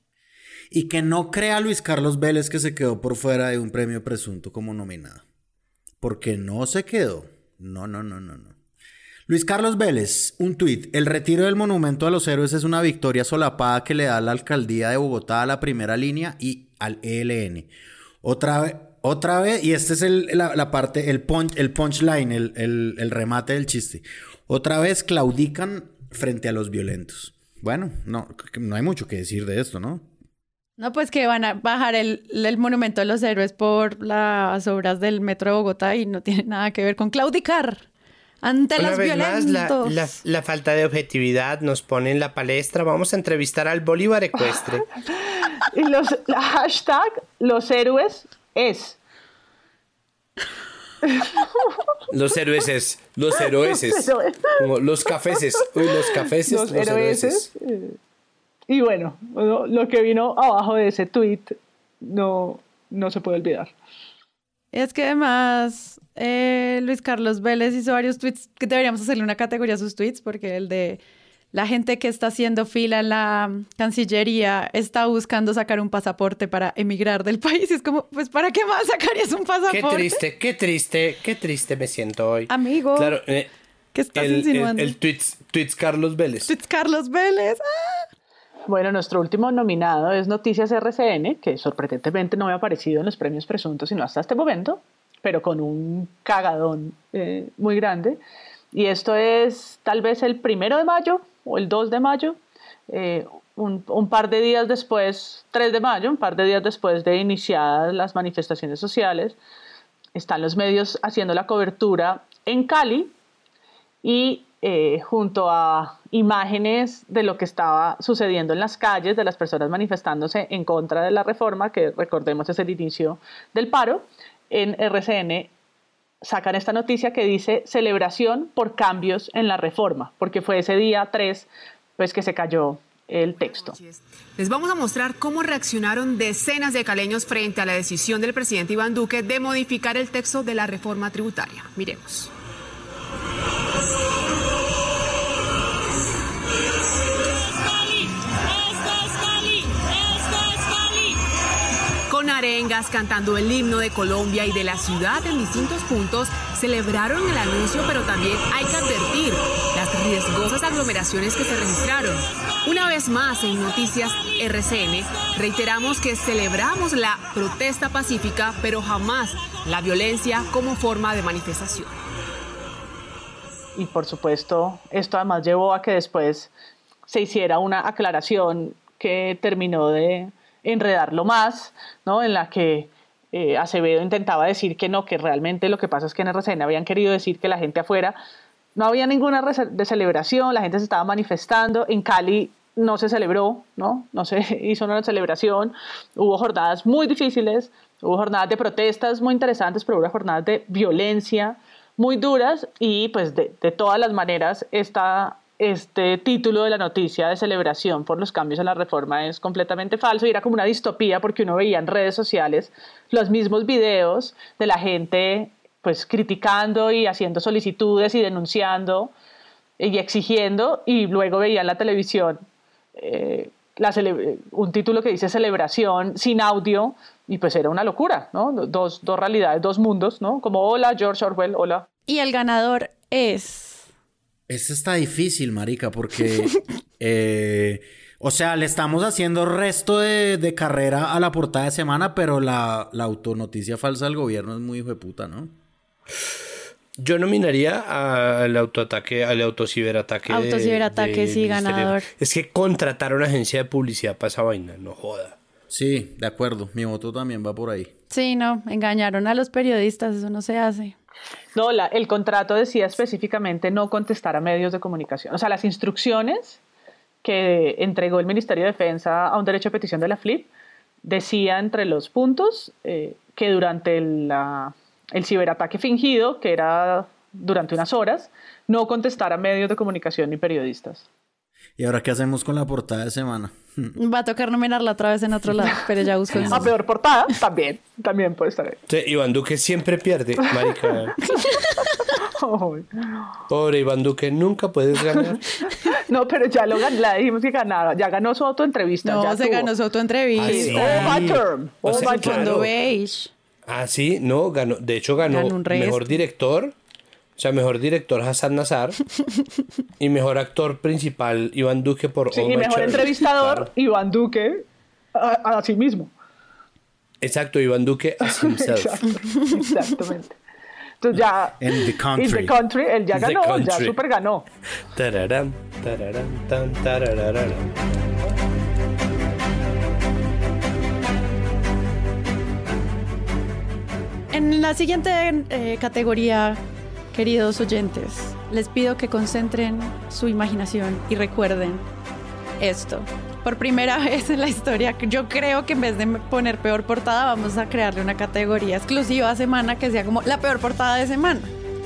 Y que no crea Luis Carlos Vélez que se quedó por fuera de un premio presunto como nominado. Porque no se quedó. No, no, no, no, no. Luis Carlos Vélez, un tuit. El retiro del monumento a los héroes es una victoria solapada que le da a la alcaldía de Bogotá a la primera línea y al E L N. Otra vez... Otra vez, y esta es el, la, la parte, el, punch, el punchline, el, el, el remate del chiste. Otra vez claudican frente a los violentos. Bueno, no, no hay mucho que decir de esto, ¿no? No, pues que van a bajar el, el monumento de los héroes por las obras del Metro de Bogotá y no tiene nada que ver con claudicar ante Una los vez violentos. Más, la, la, la falta de objetividad nos pone en la palestra. Vamos a entrevistar al Bolívar ecuestre. Y los la hashtag los héroes es. Los héroes, los héroes, como los cafeses, uy, los cafeses, los, los héroes. Y bueno, lo que vino abajo de ese tweet no, no se puede olvidar. Es que además eh, Luis Carlos Vélez hizo varios tweets que deberíamos hacerle una categoría a sus tweets, porque el de la gente que está haciendo fila en la Cancillería está buscando sacar un pasaporte para emigrar del país. Es como, pues, ¿para qué más sacarías un pasaporte? Qué triste, qué triste, qué triste me siento hoy. Amigo, claro, eh, ¿qué estás el, insinuando? El, el tweets, tweets Carlos Vélez. Tweets Carlos Vélez. ¡Ah! Bueno, nuestro último nominado es Noticias R C N, que sorprendentemente no había aparecido en los premios presuntos sino hasta este momento, pero con un cagadón eh, muy grande. Y esto es tal vez el primero de mayo o el dos de mayo, eh, un, un par de días después, tres de mayo, un par de días después de iniciadas las manifestaciones sociales. Están los medios haciendo la cobertura en Cali y eh, junto a imágenes de lo que estaba sucediendo en las calles, de las personas manifestándose en contra de la reforma, que recordemos es el inicio del paro, en R C N sacan esta noticia que dice celebración por cambios en la reforma, porque fue ese día tres pues, que se cayó el texto. Les vamos a mostrar cómo reaccionaron decenas de caleños frente a la decisión del presidente Iván Duque de modificar el texto de la reforma tributaria. Miremos. Con arengas, cantando el himno de Colombia y de la ciudad en distintos puntos, celebraron el anuncio, pero también hay que advertir las riesgosas aglomeraciones que se registraron. Una vez más en Noticias R C N, reiteramos que celebramos la protesta pacífica, pero jamás la violencia como forma de manifestación. Y por supuesto, esto además llevó a que después se hiciera una aclaración que terminó de enredarlo más, ¿no? En la que eh, Acevedo intentaba decir que no, que realmente lo que pasa es que en R C N habían querido decir que la gente afuera no había ninguna de celebración, la gente se estaba manifestando, en Cali no se celebró, ¿no? No se hizo una celebración, hubo jornadas muy difíciles, hubo jornadas de protestas muy interesantes, pero hubo jornadas de violencia muy duras y pues de, de todas las maneras esta este título de la noticia de celebración por los cambios en la reforma es completamente falso y era como una distopía porque uno veía en redes sociales los mismos videos de la gente pues criticando y haciendo solicitudes y denunciando y exigiendo y luego veía en la televisión eh, la cele- un título que dice celebración sin audio y pues era una locura, ¿no? Dos, dos realidades, dos mundos, ¿no? Como hola George Orwell, hola. Y el ganador es... Este está difícil, marica, porque, eh, o sea, le estamos haciendo resto de, de carrera a la portada de semana, pero la, la autonoticia falsa del gobierno es muy hijo de puta, ¿no? Yo nominaría al autoataque, al autociberataque. Autociberataque, de, de sí, ganador. Es que contratar a una agencia de publicidad para esa vaina, no joda. Sí, de acuerdo, mi voto también va por ahí. Sí, no, engañaron a los periodistas, eso no se hace. No, la, el contrato decía específicamente no contestar a medios de comunicación. O sea, las instrucciones que entregó el Ministerio de Defensa a un derecho de petición de la F L I P decía entre los puntos eh, que durante el, la, el ciberataque fingido, que era durante unas horas, no contestar a medios de comunicación ni periodistas. ¿Y ahora qué hacemos con la portada de semana? Va a tocar nominarla otra vez en otro lado, pero ya busco el A peor portada, también, también puede estar ahí. Sí, Iván Duque siempre pierde, marica. Pobre Iván Duque, nunca puedes ganar. No, pero ya lo ganó, la dijimos que ganaba, ya ganó su autoentrevista. No, ya se tuvo. ganó su autoentrevista. Ah, sí. All my term, all O sea, my term. claro. Beige. Ah, sí, no, ganó, de hecho ganó, Ganó un resto. mejor director. O sea, mejor director Hassan Nazar y mejor actor principal Iván Duque por Sí, All y My mejor Cherry. entrevistador Claro. Iván Duque a, a sí mismo. Exacto, Iván Duque as himself. Exacto, exactamente. Entonces ya... In the country. In the country, él ya The ganó, ya country. súper ganó. Tararán, tararán, tan, tarararán. En la siguiente eh, categoría, queridos oyentes, les pido que concentren su imaginación y recuerden esto. por primera vez en la historia, yo creo que en vez de poner peor portada, vamos a crearle una categoría exclusiva a semana que sea como la peor portada de semana.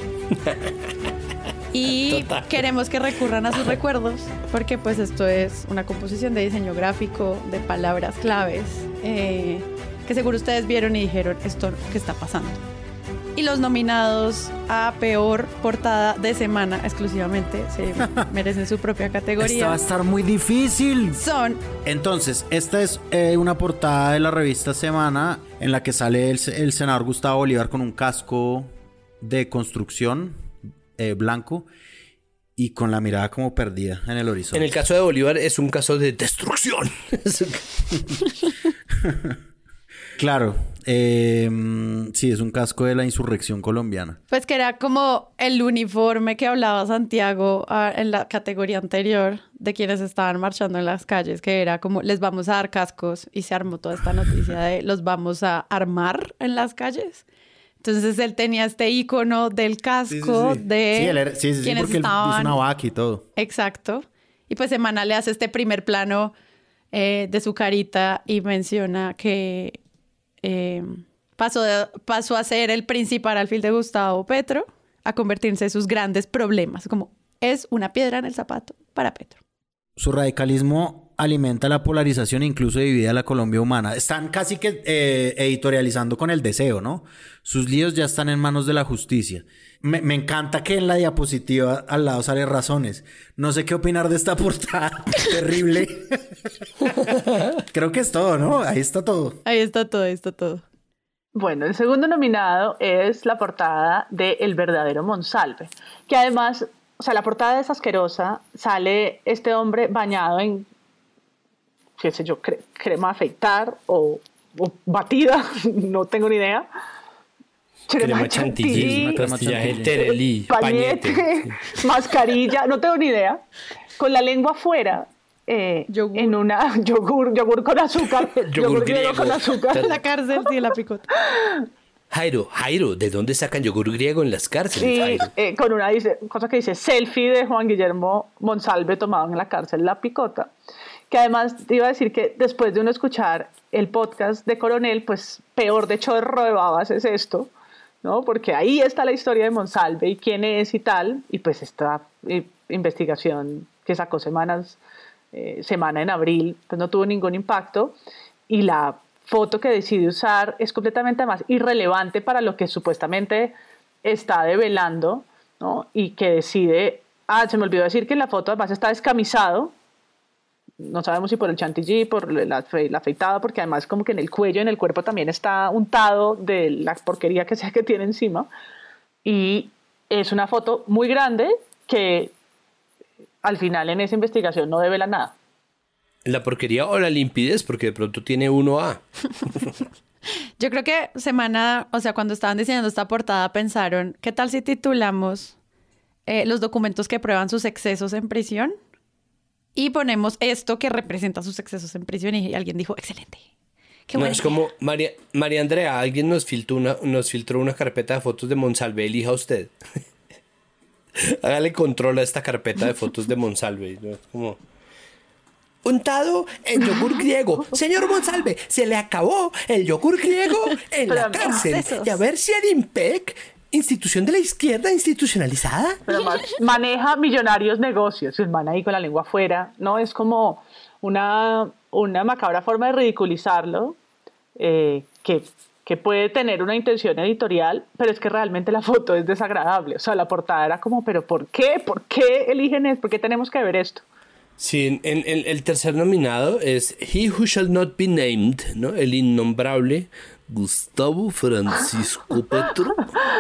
Y Total. Queremos que recurran a sus recuerdos, porque pues esto es una composición de diseño gráfico, de palabras claves, eh, que seguro ustedes vieron y dijeron, esto que está pasando. Y los nominados a peor portada de semana exclusivamente se merecen su propia categoría. Esta va a estar muy difícil. Son... Entonces, esta es eh, una portada de la revista Semana en la que sale el, el senador Gustavo Bolívar con un casco de construcción eh, blanco y con la mirada como perdida en el horizonte. En el caso de Bolívar es un caso de destrucción. Claro, eh, sí, es un casco de la insurrección colombiana. Pues que era como el uniforme que hablaba Santiago uh, en la categoría anterior de quienes estaban marchando en las calles, que era como les vamos a dar cascos y se armó toda esta noticia de los vamos a armar en las calles. Entonces él tenía este icono del casco sí, sí, sí. de sí, él era, sí, sí, quienes sí, porque estaban... él hizo una vaca y todo. Exacto. Y pues Semana le hace este primer plano eh, de su carita y menciona que eh, pasó, de, pasó a ser el principal alfil de Gustavo Petro a convertirse en sus grandes problemas. Como es una piedra en el zapato para Petro. Su radicalismo alimenta la polarización e incluso divide a la Colombia humana. Están casi que eh, editorializando con el deseo, ¿no? Sus líos ya están en manos de la justicia. Me, me encanta que en la diapositiva al lado sale razones. No sé qué opinar de esta portada. Terrible. Creo que es todo, ¿no? Ahí está todo. Ahí está todo, ahí está todo. Bueno, el segundo nominado es la portada de El verdadero Monsalve, que además, o sea, la portada es asquerosa. Sale este hombre bañado en, qué sé yo, cre- crema a afeitar o, o batida, no tengo ni idea. Crema chantilly, maquillaje terelí, pañete, pañete, mascarilla, no tengo ni idea. Con la lengua afuera, eh, en una yogur, yogur con azúcar, yogur, yogur griego, griego con azúcar. En la cárcel, sí, la picota. Jairo, Jairo, ¿de dónde sacan yogur griego en las cárceles? Sí, eh, con una dice, cosa que dice selfie de Juan Guillermo Monsalve tomado en la cárcel La Picota. Que además te iba a decir que después de uno escuchar el podcast de Coronel, pues peor de chorro de babas es esto, ¿no? Porque ahí está la historia de Monsalve y quién es y tal, y pues esta eh, investigación que sacó semanas, eh, semana en abril, pues no tuvo ningún impacto, y la foto que decide usar es completamente más irrelevante para lo que supuestamente está develando, ¿no? Y que decide, ah, se me olvidó decir que en la foto además está descamisado, no sabemos si por el chantilly, por la, la afeitada, porque además como que en el cuello, en el cuerpo también está untado de la porquería que sea que tiene encima, y es una foto muy grande que al final en esa investigación no devela nada. La porquería o la limpidez, porque de pronto tiene uno A. Yo creo que Semana, o sea, cuando estaban diseñando esta portada pensaron, ¿qué tal si titulamos eh, los documentos que prueban sus excesos en prisión? Y ponemos esto que representa sus excesos en prisión y alguien dijo, excelente. Qué no, buena es idea. como, María, María Andrea, alguien nos filtró, una, nos filtró una carpeta de fotos de Monsalve, elija usted. Hágale control a esta carpeta de fotos de Monsalve. ¿No? Es como... untado en yogur griego. Señor Monsalve, se le acabó el yogur griego en Pero la cárcel. Esos. Y a ver si el IMPEC, institución de la izquierda institucionalizada. Pero además maneja millonarios negocios. Y el man ahí con la lengua afuera, ¿no? Es como una, una macabra forma de ridiculizarlo, eh, que, que puede tener una intención editorial, pero es que realmente la foto es desagradable. O sea, la portada era como, ¿pero por qué? ¿Por qué eligen esto? ¿Por qué tenemos que ver esto? Sí, en, en, el tercer nominado es He Who Shall Not Be Named, ¿no? El innombrable Gustavo Francisco Petro,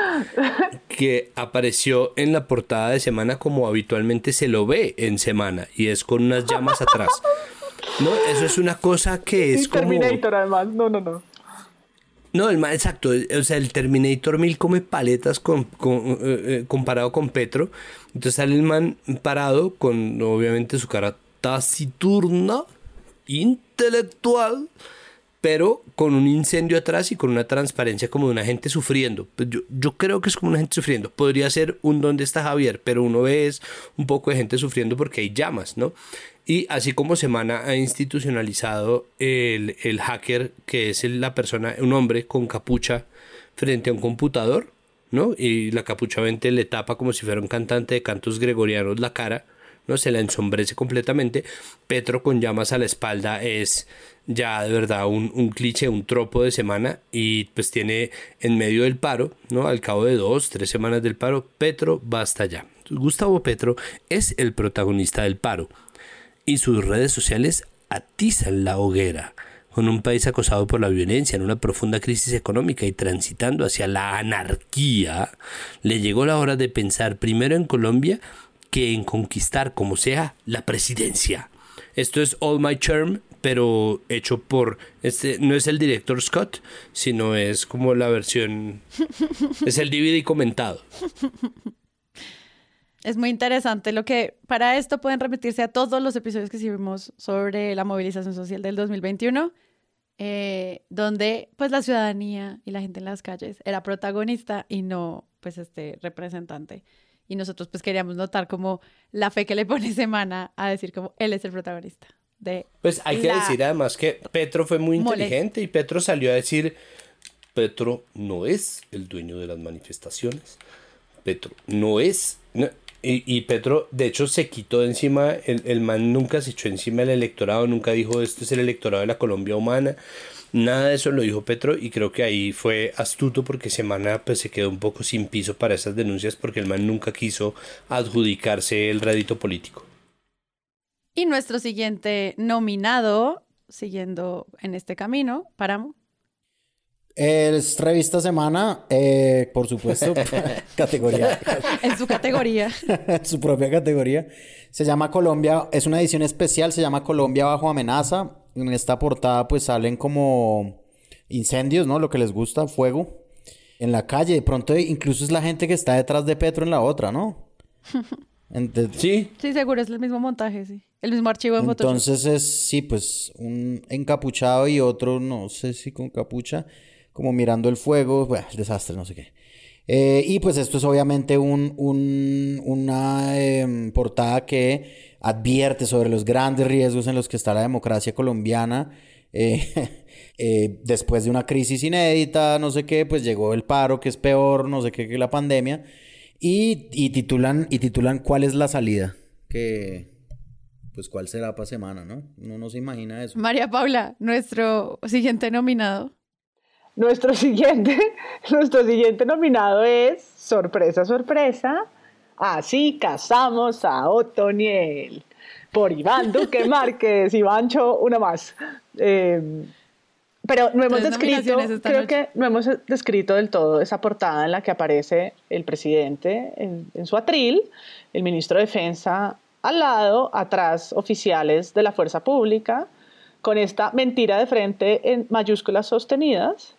que apareció en la portada de Semana como habitualmente se lo ve en Semana, y es con unas llamas atrás. No, eso es una cosa que es como... Terminator, además, no, no, no. No, el más exacto, o sea, el Terminator mil come paletas con, con, eh, comparado con Petro. Entonces sale el man parado con, obviamente, su cara taciturna, intelectual, pero con un incendio atrás y con una transparencia como de una gente sufriendo. Pues yo, yo creo que es como una gente sufriendo. Podría ser un ¿dónde está Javier? Pero uno ve es un poco de gente sufriendo porque hay llamas, ¿no? Y así como Semana ha institucionalizado el, el hacker, que es la persona, un hombre con capucha frente a un computador, ¿no? Y la capucha obviamente le tapa como si fuera un cantante de cantos gregorianos la cara, ¿no? Se la ensombrece completamente. Petro con llamas a la espalda es ya de verdad un, un cliché, un tropo de Semana, y pues tiene en medio del paro, ¿no? Al cabo de dos, tres semanas del paro, Petro basta ya. Gustavo Petro es el protagonista del paro y sus redes sociales atizan la hoguera. Con un país acosado por la violencia, en una profunda crisis económica y transitando hacia la anarquía, le llegó la hora de pensar primero en Colombia que en conquistar, como sea, la presidencia. Esto es All My Charm, pero hecho por... este no es el director Scott, sino es como la versión... es el D V D comentado. Es muy interesante lo que... Para esto pueden remitirse a todos los episodios que hicimos sobre la movilización social del dos mil veintiuno, eh, donde pues la ciudadanía y la gente en las calles era protagonista y no pues este representante. Y nosotros pues queríamos notar como la fe que le pone Semana a decir como él es el protagonista. De pues hay que la... decir además que Petro fue muy inteligente molestia. Y Petro salió a decir, Petro no es el dueño de las manifestaciones. Petro no es... No, y, y Petro, de hecho, se quitó de encima, el, el man nunca se echó encima el electorado, nunca dijo esto es el electorado de la Colombia humana, nada de eso lo dijo Petro, y creo que ahí fue astuto porque Semana pues se quedó un poco sin piso para esas denuncias porque el man nunca quiso adjudicarse el rédito político. Y nuestro siguiente nominado, siguiendo en este camino, Páramo. Es revista Semana, eh, por supuesto, categoría. En su categoría. Su propia categoría. Se llama Colombia, es una edición especial, se llama Colombia bajo amenaza. En esta portada pues salen como incendios, ¿no? Lo que les gusta, fuego en la calle. De pronto incluso es la gente que está detrás de Petro en la otra, ¿no? Entonces, sí. Sí, seguro, es el mismo montaje, sí. El mismo archivo en Photoshop. Entonces es, sí, pues un encapuchado y otro, no sé si con capucha, como mirando el fuego, bueno, desastre, no sé qué. Eh, y pues esto es obviamente un, un, una eh, portada que advierte sobre los grandes riesgos en los que está la democracia colombiana. Eh, eh, después de una crisis inédita, no sé qué, pues llegó el paro, que es peor, no sé qué, que la pandemia. Y, y, titulan, y titulan ¿cuál es la salida? Que, pues, ¿cuál será para Semana, no? Uno no se imagina eso. María Paula, nuestro siguiente nominado. Nuestro siguiente, nuestro siguiente nominado es, sorpresa, sorpresa, así casamos a Otoniel, por Iván Duque Márquez, Ivancho, una más. Eh, pero no hemos Tres descrito, creo noche. que no hemos descrito del todo esa portada en la que aparece el presidente en, en su atril, el ministro de Defensa al lado, atrás oficiales de la fuerza pública, con esta mentira de frente en mayúsculas sostenidas,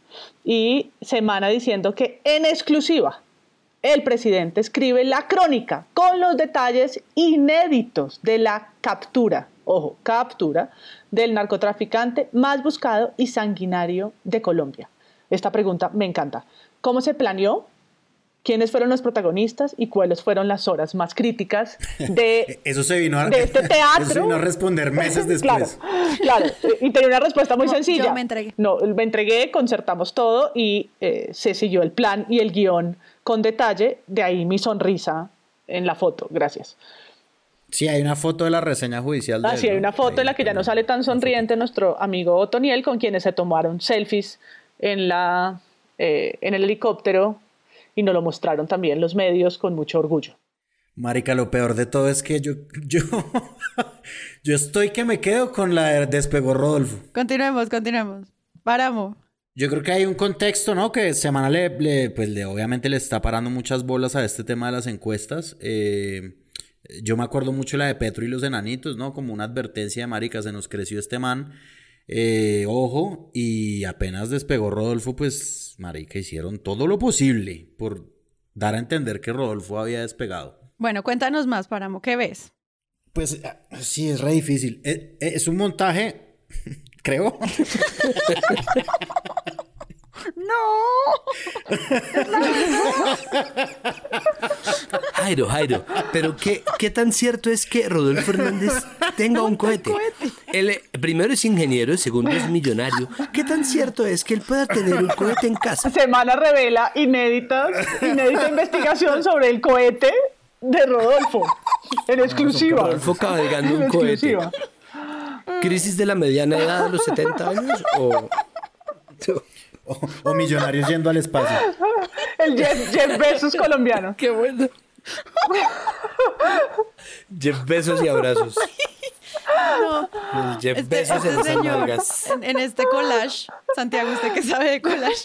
y Semana diciendo que en exclusiva el presidente escribe la crónica con los detalles inéditos de la captura, ojo, captura del narcotraficante más buscado y sanguinario de Colombia. Esta pregunta me encanta. ¿Cómo se planeó? ¿Quiénes fueron los protagonistas y cuáles fueron las horas más críticas de, eso se vino a, de este teatro? Eso se vino a responder meses después. Claro, claro, y tenía una respuesta muy No, sencilla. yo me entregué. No, me entregué, concertamos todo y eh, se siguió el plan y el guión con detalle. De ahí mi sonrisa en la foto. Gracias. Sí, hay una foto de la reseña judicial. Ah, de sí, él, hay ¿no? una foto Ahí, en la que ya no sale tan sonriente nuestro amigo Otoniel, con quienes se tomaron selfies en, la, eh, en el helicóptero. Y nos lo mostraron también los medios con mucho orgullo. Marica, lo peor de todo es que yo, yo, yo estoy que me quedo con la de despegó Rodolfo. Continuemos, continuemos. Páramo. Yo creo que hay un contexto, ¿no? Que Semana le, le pues le, obviamente le está parando muchas bolas a este tema de las encuestas. Eh, yo me acuerdo mucho la de Petro y los enanitos, ¿no? Como una advertencia de marica, se nos creció este man. Eh, ojo, y apenas despegó Rodolfo, pues, marica, hicieron todo lo posible por dar a entender que Rodolfo había despegado. Bueno, cuéntanos más, Páramo, ¿qué ves? Pues, sí, es re difícil. Es, es un montaje creo. ¡No! Jairo, Jairo, pero ¿qué, qué tan cierto es que Rodolfo Hernández tenga un cohete? Él eh, primero es ingeniero, segundo es millonario. ¿Qué tan cierto es que él pueda tener un cohete en casa? Semana revela inéditas, inédita investigación sobre el cohete de Rodolfo. En exclusiva. Rodolfo cabalgando un cohete. ¿Crisis de la mediana edad de los setenta años o...? O, o millonarios yendo al espacio. El Jeff, Jeff Bezos colombiano. Qué bueno. Jeff Bezos y abrazos. No. El Jeff Este, Bezos este en esas señor, nalgas. en, en este collage, Santiago, usted que sabe de collage,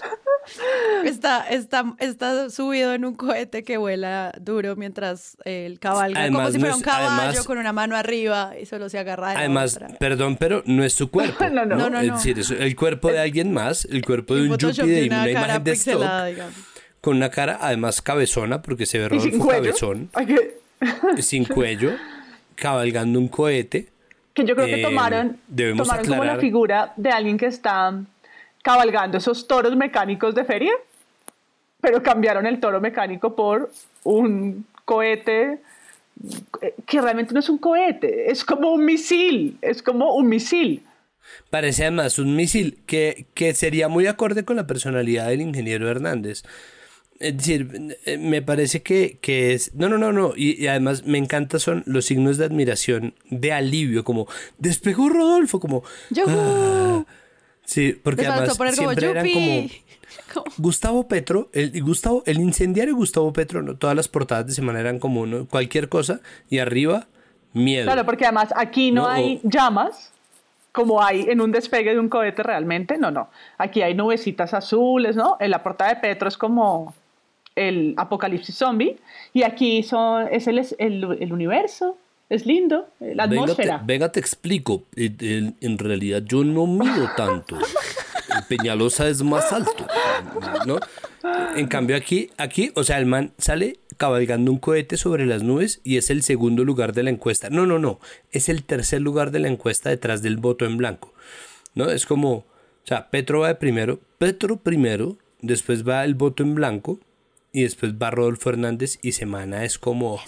está, está, está subido en un cohete que vuela duro mientras él cabalga, Además, como si no fuera es- un caballo además- con una mano arriba y solo se agarra de la Además, otra. perdón, pero no es su cuerpo. No, no. No, no, Es no. decir, es el cuerpo de alguien más, el cuerpo de Y un Photoshop yuppie de de una una cara imagen de stock, pixelada, digamos. con una cara además cabezona, porque se ve Y sin Rodolfo cuello. cabezón, Ay, que, sin cuello, cabalgando un cohete. que yo creo que Eh, tomaron, debemos tomaron como la aclarar- figura de alguien que está cabalgando esos toros mecánicos de feria, pero cambiaron el toro mecánico por un cohete eh, que realmente no es un cohete, es como un misil, es como un misil. Parece además un misil que, que sería muy acorde con la personalidad del ingeniero Hernández. Es decir, eh, me parece que, que es... No, no, no, no. Y, y además me encantan son los signos de admiración, de alivio, como despegó Rodolfo, como... ¡Yujú! ah. Sí, porque Les faltó además poner como siempre eran como... yupi. Como- Gustavo Petro, el, Gustavo, el incendiario Gustavo Petro, ¿no? Todas las portadas de semana eran como ¿no? cualquier cosa y arriba, miedo. Claro, porque además aquí no, No, hay o- llamas, como hay en un despegue de un cohete realmente, no, no. Aquí hay nubecitas azules, ¿no? En la portada de Petro es como el apocalipsis zombie, y aquí son, es el, el, el universo, es lindo, la atmósfera. Venga, te, venga, te explico. En, en- en realidad yo no mido tanto. Peñalosa es más alto, ¿no? En cambio aquí, aquí, o sea, el man sale cabalgando un cohete sobre las nubes y es el segundo lugar de la encuesta. No, no, no. Es el tercer lugar de la encuesta detrás del voto en blanco, ¿no? Es como, o sea, Petro va de primero, Petro primero, después va el voto en blanco y después va Rodolfo Hernández y Semana es como...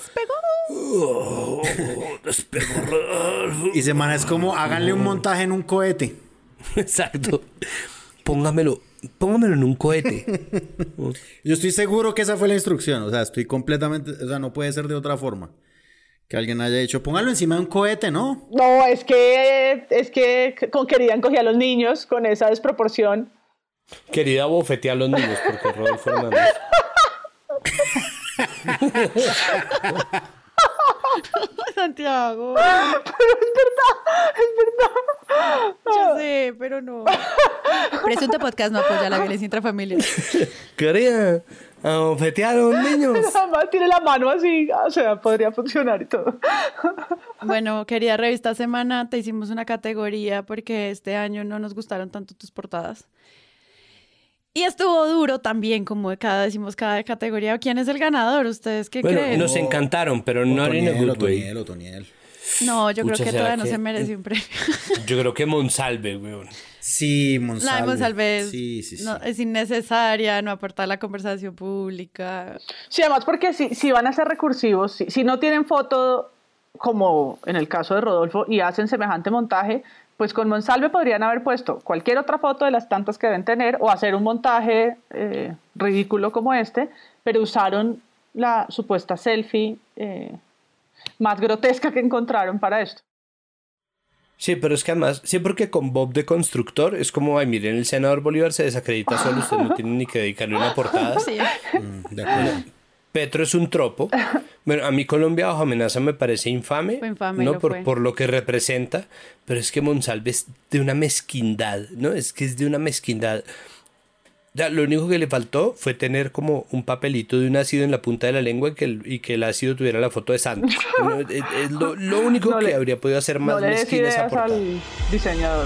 Oh, despegó Rodolfo. Y semana es como, háganle un montaje en un cohete. Exacto. Póngamelo, póngamelo en un cohete. Yo estoy seguro que esa fue la instrucción. O sea, estoy completamente... O sea, no puede ser de otra forma. Que alguien haya dicho, póngalo encima de un cohete, ¿no? No, es que, es que con querían cogía a los niños con esa desproporción. Querida, bofetea a los niños porque Rodolfo Hernández. Santiago. Pero es verdad, es verdad. Yo sé, pero no. Presunto Podcast no apoya la violencia intrafamiliar. Querida, a bofetear a los niños. Pero además tiene la mano así, o sea, podría funcionar y todo. Bueno, querida revista Semana, te hicimos una categoría porque este año no nos gustaron tanto tus portadas. Y estuvo duro también, como de cada decimos cada categoría. ¿Quién es el ganador? ¿Ustedes qué Bueno, creen? nos encantaron, pero no in a Otoniel, good way. Otoniel, Otoniel. No, yo Pucha, creo que ¿será todavía no que- se merece un premio. Yo creo que Monsalve, weón. Sí, Monsalve. La de Monsalve es, Sí, sí, sí. no, es innecesaria, no aporta a la conversación pública. Sí, además porque si, si van a ser recursivos, si, si no tienen foto, como en el caso de Rodolfo, y hacen semejante montaje, pues con Monsalve podrían haber puesto cualquier otra foto de las tantas que deben tener o hacer un montaje eh, ridículo como este, pero usaron la supuesta selfie eh, más grotesca que encontraron para esto. Sí, pero es que además, sí, porque con Bob de constructor es como, ay, miren, el senador Bolívar se desacredita solo, usted no tiene ni que dedicarle una portada. Sí. Mm, de acuerdo. Petro es un tropo. Bueno, a mí Colombia bajo amenaza me parece infame, Fue infame, ¿no? lo por, fue. por lo que representa, pero es que Monsalve es de una mezquindad, ¿no? Es que es de una mezquindad. Ya, lo único que le faltó fue tener como un papelito de un ácido en la punta de la lengua y que el, y que el ácido tuviera la foto de Santos. ¿no? es, es lo, lo único No que le- habría podido hacer más No le des mezquina esa ideas portada. al diseñador.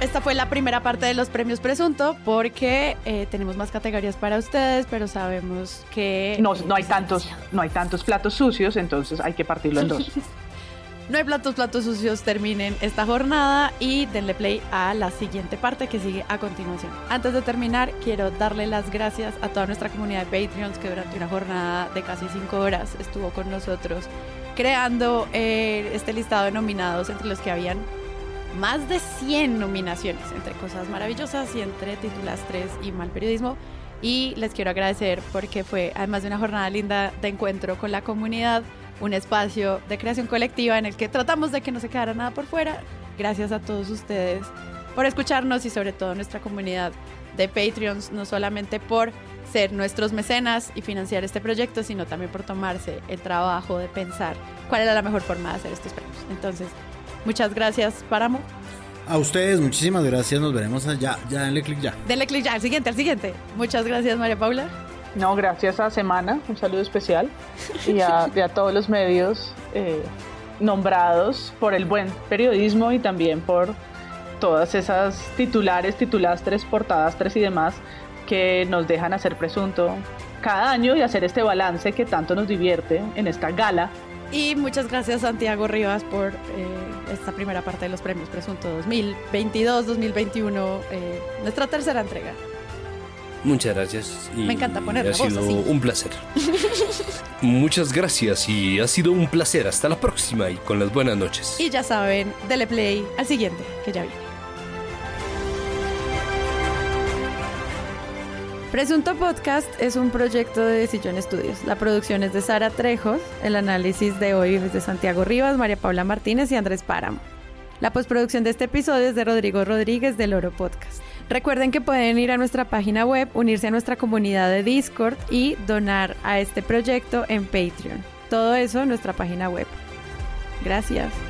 esta fue la primera parte de los premios Presunto, porque eh, tenemos más categorías para ustedes, pero sabemos que... No, no hay tantos, no hay tantos platos sucios, entonces hay que partirlo en dos. No hay platos, platos sucios, terminen esta jornada y denle play a la siguiente parte que sigue a continuación. Antes de terminar, quiero darle las gracias a toda nuestra comunidad de Patreons que durante una jornada de casi cinco horas estuvo con nosotros creando eh, este listado de nominados, entre los que habían más de cien nominaciones, entre cosas maravillosas y entre titulastres y mal periodismo. Y les quiero agradecer porque fue, además de una jornada linda de encuentro con la comunidad, un espacio de creación colectiva en el que tratamos de que no se quedara nada por fuera. Gracias a todos ustedes por escucharnos y sobre todo nuestra comunidad de Patreons, no solamente por ser nuestros mecenas y financiar este proyecto, sino también por tomarse el trabajo de pensar cuál era la mejor forma de hacer estos premios. Entonces, muchas gracias, Páramo. A ustedes, muchísimas gracias. Nos veremos allá. Ya, denle clic ya. Denle clic ya, al siguiente, al siguiente. Muchas gracias, María Paula. No, gracias a Semana, un saludo especial, y a, y a todos los medios eh, nombrados por el buen periodismo y también por todas esas titulares, titulastres, portadastres y demás que nos dejan hacer Presunto cada año y hacer este balance que tanto nos divierte en esta gala. Y muchas gracias, Santiago Rivas, por eh, esta primera parte de los premios Presunto dos mil veintidós dos mil veintiuno, eh, nuestra tercera entrega. Muchas gracias. Y me encanta poner la ha voz sido así. Un placer. Muchas gracias y ha sido un placer. Hasta la próxima y con las buenas noches. Y ya saben, dele play al siguiente, que ya viene. Presunto Podcast es un proyecto de Sillón Studios. La producción es de Sara Trejos, el análisis de hoy es de Santiago Rivas, María Paula Martínez y Andrés Páramo. La postproducción de este episodio es de Rodrigo Rodríguez del Oro Podcast. Recuerden que pueden ir a nuestra página web, unirse a nuestra comunidad de Discord y donar a este proyecto en Patreon. Todo eso en nuestra página web. Gracias.